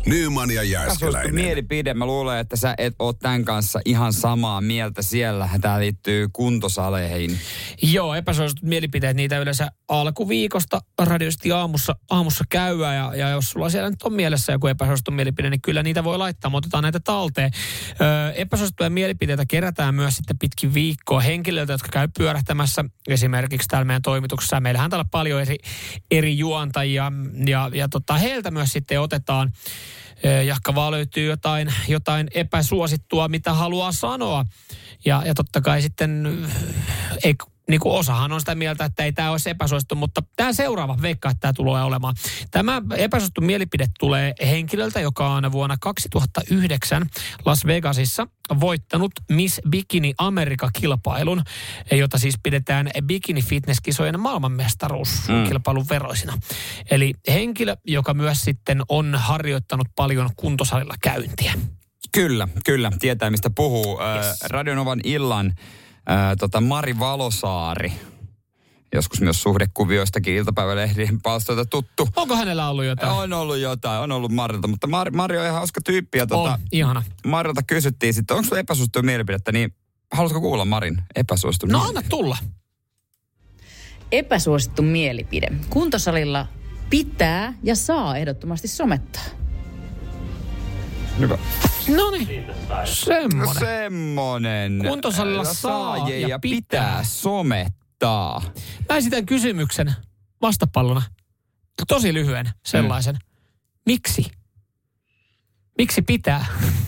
Nyman ja Suosittu Jääskeläinen. mielipide. Mä luulen, että sä et ole tämän kanssa ihan samaa mieltä siellä. Tää liittyy kuntosaleihin. Joo, epäsuositut mielipiteet, niitä yleensä alkuviikosta radiosti aamussa, aamussa käyä. Ja, ja jos sulla siellä nyt on mielessä joku epäsuosittu mielipide, niin kyllä niitä voi laittaa. Me otetaan näitä talteen. Öö, epäsuosittuja mielipiteitä kerätään myös sitten pitkin viikkoa henkilöiltä, jotka käy pyörähtämässä esimerkiksi täällä meidän toimituksessa. Meillähän on täällä paljon eri, eri juontajia ja, ja tota, heiltä myös sitten otetaan. Jahka vaan löytyy jotain, jotain epäsuosittua, mitä haluaa sanoa. Ja, ja totta kai sitten, ei, niin kuin osahan on sitä mieltä, että ei tämä olisi epäsuosittu, mutta tämä seuraava veikka, että tämä tulee olemaan. Tämä epäsuosittu mielipide tulee henkilöltä, joka on vuonna kaksituhattayhdeksän Las Vegasissa voittanut Miss Bikini America-kilpailun, jota siis pidetään bikini-fitnesskisojen maailmanmestaruuskilpailun veroisina. Eli henkilö, joka myös sitten on harjoittanut paljon kuntosalilla käyntiä. Kyllä, kyllä. Tietää, mistä puhuu. Yes. Radionovan illan Ää, tota Mari Valosaari, joskus myös suhdekuvioistakin iltapäivälehdien palstoilta tuttu. Onko hänellä ollut jotain? On ollut jotain, on ollut Marilta, mutta Mari, Mari on ihan hauska tyyppi. Ja tota, on, ihana. Marilta kysyttiin sitten, onko sulla epäsuosittua mielipidettä, niin haluatko kuulla Marin epäsuosittu No mielipide? anna tulla. Epäsuosittu mielipide. Kuntosalilla pitää ja saa ehdottomasti somettaa. Hyvä. No niin, semmonen. No semmonen. Kuntosalilla saa ja, ja pitää. pitää somettaa. Mä esitän kysymyksen vastapallona. Tosi lyhyen sellaisen. Mm. Miksi? Miksi pitää?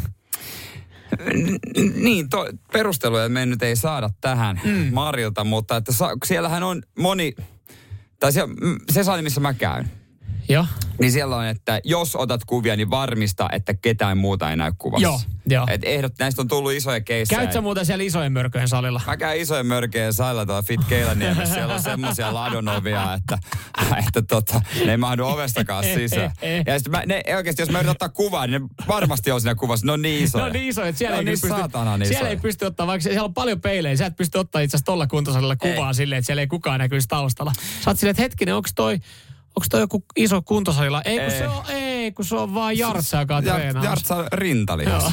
Niin, to, perusteluja me nyt ei saada tähän mm. Marilta, mutta että sa, siellähän on moni, tai se, se sali, missä mä käyn. Joo. Niin siellä on, että jos otat kuvia, niin varmista, että ketään muuta ei näy kuvassa. Joo, joo. Et ehdot, näistä on tullut isoja keissejä. Käytkö muuten siellä isojen mörköjen salilla? Mä käyn isojen mörköjen salilla tuolla Fit Keilaniemessä. Siellä on semmosia ladonovia, että, että tota, ne ei mahdu ovestakaan sisään. Ja sit mä, ne, oikeasti, jos mä yritän ottaa kuvaa, niin ne varmasti on siinä kuvassa. Ne on niin isoja. Ne on niin isoja, että siellä, no, ei, niin pysty, niin siellä ei pysty ottaa, vaikka siellä on paljon peilejä. Sä et pysty ottaa itse asiassa tolla kuntosalilla kuvaa ei. Silleen, että siellä ei kukaan näkyisi taustalla. Sä oot silleen, että hetkinen, onko toi... Onko toi joku iso kuntosalilla? Ei, kun ei. se on, ei, kun se on vaan Jartsa, joka on treenaamassa. Jartsa on rintalihassa.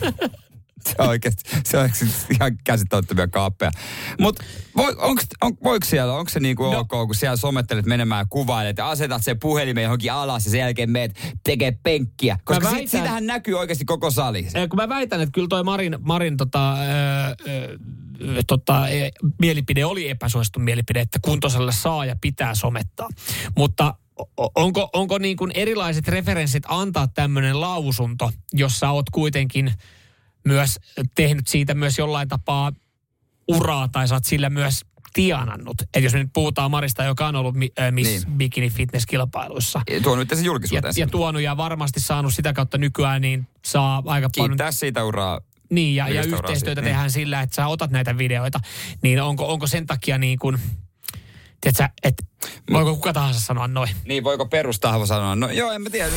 Se on oikeasti, se on ihan käsittämättömiä kaappeja. Mutta on, on, voiko siellä, onko se niinku no. ok, kun siellä somettelet menemään ja kuvailet ja asetat sen puhelimen johonkin alas ja sen jälkeen meet tekee penkkiä? Koska väitän, sit, sitähän näkyy oikeasti koko sali. Kun mä väitän, että kyllä toi Marin, Marin tota, öö, öö, tota, mielipide oli epäsuosittu mielipide, että kuntosalilla saa ja pitää somettaa. Mutta onko, onko niin kuin erilaiset referenssit antaa tämmöinen lausunto, jossa oot kuitenkin myös tehnyt siitä myös jollain tapaa uraa tai sä oot sillä myös tienannut. Että jos me nyt puhutaan Marista, joka on ollut äh, Miss niin. Bikini Fitness-kilpailuissa. Tuonut sen julkisuuteen. Ja, ja tuonut ja varmasti saanut sitä kautta nykyään, niin saa aika paljon... Kiittää siitä uraa. Niin, ja, ja yhteistyötä tehdään niin. sillä, että sä otat näitä videoita. Niin onko, onko sen takia niin kuin... Tiedätkö, että voiko kuka tahansa sanoa noin? Niin, voiko perustahvo sanoa noin? Joo, en mä tiedä.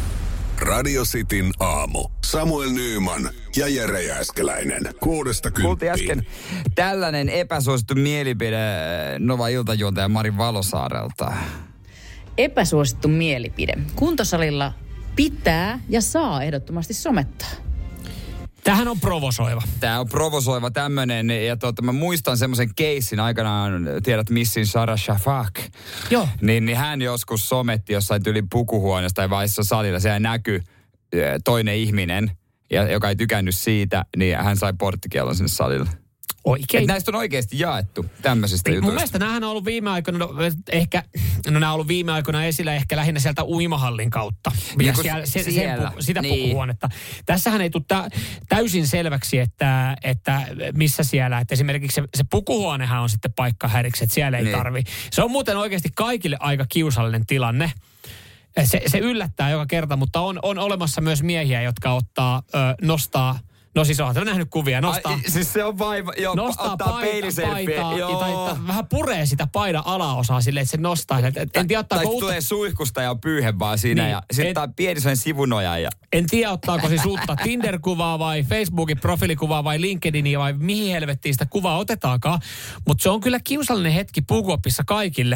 Radio Cityn aamu. Samuel Nyman ja Jere Jääskeläinen. Kuudesta kymppiin. Kuultiin äsken tällainen epäsuosittu mielipide Nova iltajuontaja Mari Valosaarelta. Epäsuosittu mielipide. Kuntosalilla pitää ja saa ehdottomasti somettaa. Tämähän on provosoiva. Tämä on provosoiva tämmöinen, ja tuota, mä muistan semmoisen keissin aikanaan, tiedät missin Sarah Shafak. Joo. Niin, niin hän joskus sometti jossain tyli pukuhuoneesta tai vaissa salilla, siellä näkyi toinen ihminen, ja, joka ei tykännyt siitä, niin hän sai porttikielon sinne salille. Oikein. Et näistä on oikeasti jaettu tämmöisistä jutuista. Mun mielestä näähän on ollut viime aikoina, no, ehkä, no nämä on ollut viime aikoina esillä ehkä lähinnä sieltä uimahallin kautta. Ja siellä, se, siellä. Sen, sitä niin. pukuhuonetta. Tässähän ei tule tä, täysin selväksi, että, että missä siellä, että esimerkiksi se, se pukuhuonehan on sitten paikka häiriksi, että siellä ei niin. tarvi. Se on muuten oikeasti kaikille aika kiusallinen tilanne. Se, se yllättää joka kerta, mutta on, on olemassa myös miehiä, jotka ottaa, ö, nostaa... No siis oletko nähnyt kuvia? Nostaa, Ai, siis se on vaiva, joo, nostaa ottaa paita, paitaa joo. Tai, tai vähän puree sitä paidan alaosaa silleen, että se nostaa. Et, et, en tiedä, tai uutta... tulee suihkusta ja on pyyhe vaan siinä niin, ja sitten ottaa pieni sellainen sivunoja. Ja... En tiedä, ottaako siis uutta Tinder-kuvaa vai Facebookin profiilikuvaa vai LinkedInia vai mihin helvettiin sitä kuvaa otetaankaan. Mutta se on kyllä kiusallinen hetki pukuoppissa kaikille.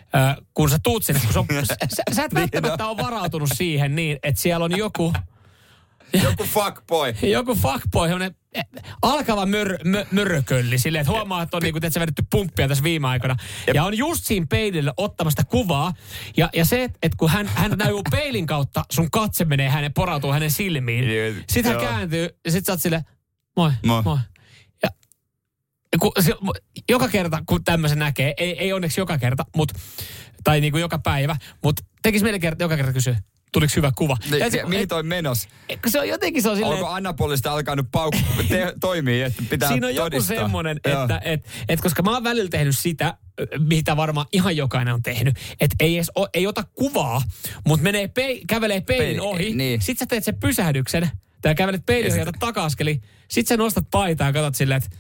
ö, kun sä tuut sinne, kun se on, sä, sä et välttämättä ole varautunut siihen niin, että siellä on joku... Joku fuckboy. Joku fuckboy, semmoinen alkava mör, mö, mörkölli, silleen, että huomaa, että on niin kuin, että se vedetty pumppia tässä viime aikoina. Ja, ja on just siinä peilillä ottamasta kuvaa. Ja, ja se, että, että kun hän, hän näy peilin kautta, sun katse menee hänen, porautuu hänen silmiin. Sitten hän kääntyy ja sit sä oot silleen, moi, moi. moi. Ja kun, se, joka kerta, kun tämmöisen näkee, ei, ei onneksi joka kerta, mut, tai niin kuin joka päivä, mutta tekisi meille kerta, joka kerta kysyä. Tuliko hyvä kuva? Ne, se, mihin toi menos? Se on jotenkin se on silleen... Onko Anapolista alkanut paukku te, toimii, että pitää siinä on todistaa. Joku semmoinen, että et, et, koska mä oon välillä tehnyt sitä, mitä varmaan ihan jokainen on tehnyt, että ei, edes, ei ota kuvaa, mutta menee pei, kävelee peilin Peili, ohi, niin. Sit sä teet sen pysähdyksen, tai kävelet peilin ohi ja otat taka-askeli, sit sä nostat paitaa ja katsot silleen, että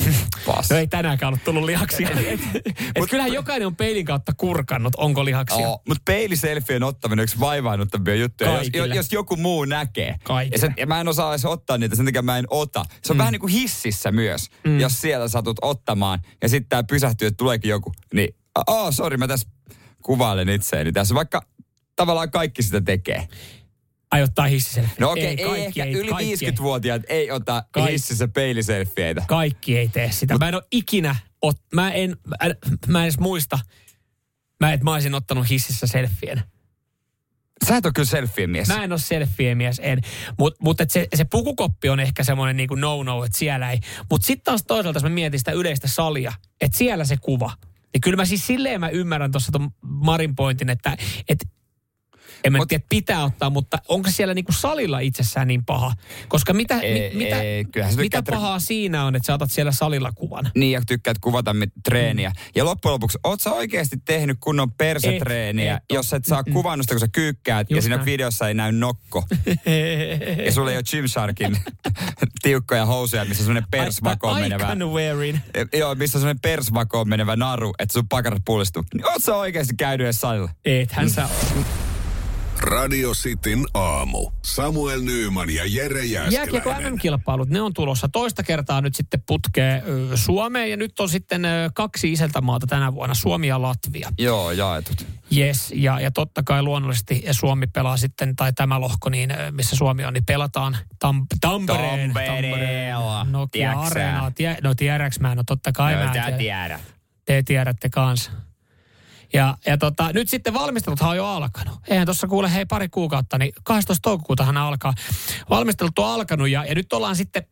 no ei tänäänkään ollut tullut lihaksia. et, et kyllähän jokainen on peilin kautta kurkannut, onko lihaksia. Oh, mutta peiliselfien ottaminen on yksi vaivaannuttavia juttuja. Jos, jos joku muu näkee. Ja, sen, ja mä en osaa edes ottaa niitä, sen takia mä en ota. Se on mm. vähän niin kuin hississä myös, mm. jos siellä satut ottamaan. Ja sitten tää pysähtyy, että tuleekin joku. Niin, oh, sori, mä tässä kuvailen itseäni tässä. Vaikka tavallaan kaikki sitä tekee. Ai ottaa hissiselfiä. No okei, okay, ei, ei ehkä ei, yli viisikymmentävuotiaat ei ota Kaik- hississä peiliselfieitä. Kaikki ei tee sitä. Mut, mä en ole ikinä, ot, mä, en, mä, mä en edes muista, mä, että mä olisin ottanut hississä selfien. Sä et ole kyllä selfien mies. Mä en ole selfien mies, en. Mutta mut, se, se pukukoppi on ehkä semmoinen niinku no-no, että siellä ei. Mutta sitten taas toisaalta, jos mä mietin sitä yleistä salia, että siellä se kuva. Ja kyllä mä siis silleen mä ymmärrän tuossa ton Marin pointin, että... että en mä Mut, tiedä, pitää ottaa, mutta onko siellä niinku salilla itsessään niin paha? Koska mitä, ei, mi, mitä, ei, mitä tre- pahaa siinä on, että sä otat siellä salilla kuvan? Niin, ja tykkäät kuvata mit- treeniä. Mm. Ja loppujen lopuksi, oot sä oikeasti tehnyt kunnon persetreeniä, et, et, jos et saa mm. kuvannusta, kun sä kyykkäät, Just ja siinä näin. Videossa ei näy nokko. ja sulla ei ole Gymsharkin tiukkoja housuja, missä on semmoinen persvakoon menevä... Joo, missä on semmoinen persvakoon menevä naru, että sun pakarat pullistuu. Niin oot sä oikeasti käynyt edes salilla? Ethän sä mm. Radio Cityn aamu. Samuel Nyyman ja Jere Jääskeläinen. Jääkiekko M M-kilpailut, ne on tulossa toista kertaa nyt sitten putkeen Suomeen. Ja nyt on sitten kaksi isäntämaata tänä vuonna, Suomi ja Latvia. Joo, jaetut. Yes, ja, ja totta kai luonnollisesti Suomi pelaa sitten, tai tämä lohko, niin missä Suomi on, niin pelataan Tam, Tampereen. Tampereella. Nokia Areenaa. Tie, no tiedäks mä, no totta kai no, mä tiedän. tiedä. Te tiedätte kanssa. Ja, ja tota, nyt sitten valmisteluthan on jo alkanut. Eihän tuossa kuule, hei pari kuukautta, niin kahdestoista toukokuutahan alkaa. Valmistelut on alkanut ja, ja nyt ollaan sitten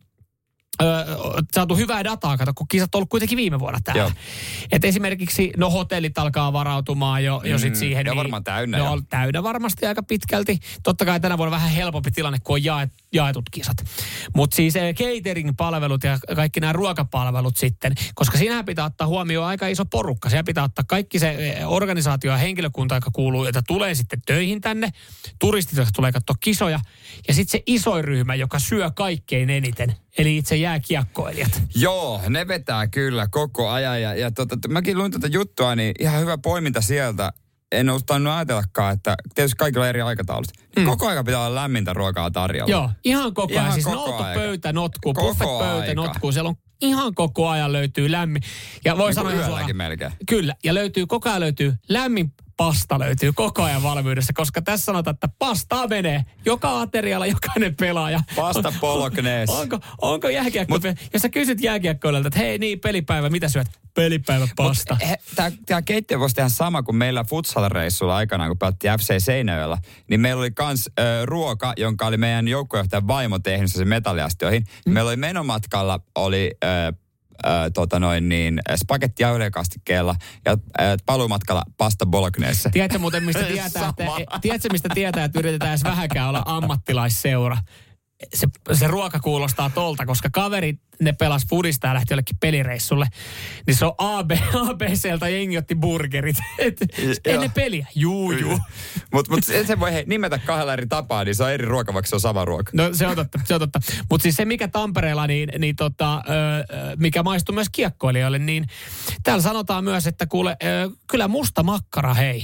öö, saatu hyvää dataa, kato, kun kisat on ollut kuitenkin viime vuonna täällä. Et esimerkiksi, no hotellit alkaa varautumaan jo, jo sit siihen. Ja niin, varmaan täynnä. No, täynnä varmasti aika pitkälti. Totta kai tänä vuonna vähän helpompi tilanne, kun on jaet, jaetut kisat. Mutta siis catering-palvelut ja kaikki nämä ruokapalvelut sitten, koska siinähän pitää ottaa huomioon aika iso porukka. Siellä pitää ottaa kaikki se organisaatio ja henkilökunta, joka kuuluu, että tulee sitten töihin tänne. Turistit, jotka tulee katsoa kisoja. Ja sitten se isoin ryhmä, joka syö kaikkein eniten. Eli itse jääkiekkoilijat. Joo, ne vetää kyllä koko ajan. Ja, ja tota, mäkin luin tätä juttua, niin ihan hyvä poiminta sieltä. En ole tainnut ajatellakaan, että tietysti kaikilla on eri aikataulut. Mm. Koko ajan pitää olla lämmintä ruokaa tarjolla. Joo, ihan koko ajan. Ihan siis koko noutopöytä notkuu, buffetpöytä notkuu. Siellä on ihan koko ajan löytyy lämmin. Ja voi niin sanoa ihan suoraan. Melkein. Kyllä, ja löytyy koko ajan löytyy lämmin pasta löytyy koko ajan valmiudessa, koska tässä sanotaan, että pastaa menee. Joka aterialla, jokainen pelaaja. Pasta poloknees. onko, onko jääkiekko? Mut, jos sä kysyt jääkiekkoilta, että hei niin, pelipäivä, mitä syöt? Pelipäivä pasta. Tämä keittiö voisi tehdä sama kuin meillä futsal-reissulla aikanaan, kun pelattiin F C Seinäjoella. Niin meillä oli kans ö, ruoka, jonka oli meidän joukkuejohtajan vaimo tehnyt se metalliastioihin. Mm. Meillä oli menomatkalla, oli... Ö, Äh, tota noin niin, spagetti jauhelihakastikkeella ja äh, paluumatkalla pasta bolognese. Tiedätkö muuten, mistä tietää, että, tiedätkö, mistä tietää, että yritetään edes vähänkään olla ammattilaisseura? Se, se ruoka kuulostaa tolta, koska kaveri, ne pelas fudista ja lähti jollekin pelireissulle. Niin se on A B, A B C:ltä jengi otti burgerit. Ennen peliä. Juu, juu. Mutta mut se voi hei, nimetä kahdella eri tapaa, niin se on eri ruoka, vaikka se on sama ruoka. No se on totta, se on totta. Mutta siis se, mikä Tampereella, niin, niin tota, ö, mikä maistuu myös kiekkoilijoille, niin täällä sanotaan myös, että kuule, ö, kyllä musta makkara, hei.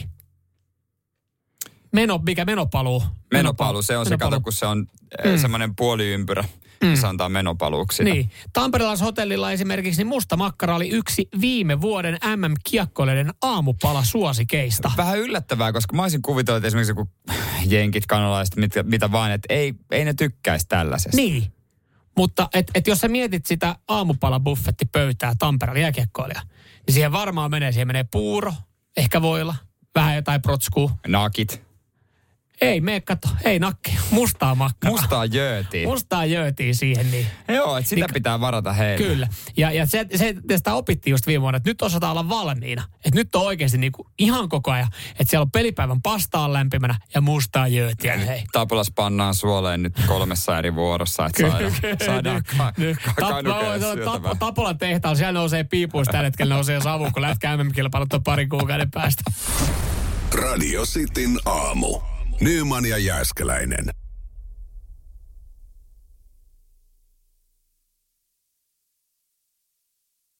Meno, mikä menopaluu? Menopaluu, se on menopaluu. Se, kato, kun se on mm. semmoinen puoliympyrä. mm. se antaa menopaluuksi. Niin. Tamperelais-hotellilla esimerkiksi niin musta makkara oli yksi viime vuoden M M-kiekkoilijoiden aamupala suosikeista. Vähän yllättävää, koska mä olisin kuvitellut, että esimerkiksi joku jenkit, kanalaiset, mitä, mitä vain, että ei, ei ne tykkäisi tällaisesta. Niin. Mutta et, et jos sä mietit sitä aamupalabuffettipöytää Tampereella jääkiekkoilija, niin siihen varmaan menee, siihen menee puuro, ehkä voilla, vähän jotain protskuu. Nakit. Ei mene, kato, ei nakki, mustaa makkaraa. Mustaa jöötiin. Mustaa jöötiin siihen, niin. Joo, että sitä niin, pitää varata heille. Kyllä. Ja, ja se, se, sitä opittiin just viime vuonna, että nyt osataan olla valmiina. Että nyt on oikeasti niinku ihan koko ajan, että siellä on pelipäivän pastaan lämpimänä ja mustaa jöötiä. Hei. Tapulas pannaan suoleen nyt kolmessa eri vuorossa, että saadaan, saadaan ka- ka- kanukeille syötävää. Tapulan tehtaalla, siellä nousee piipuista tällä hetkellä, nousee savu, kun lätkä M M-kilpailut on parin kuukauden päästä. Radio Cityn aamu. Nyman ja Jääskeläinen.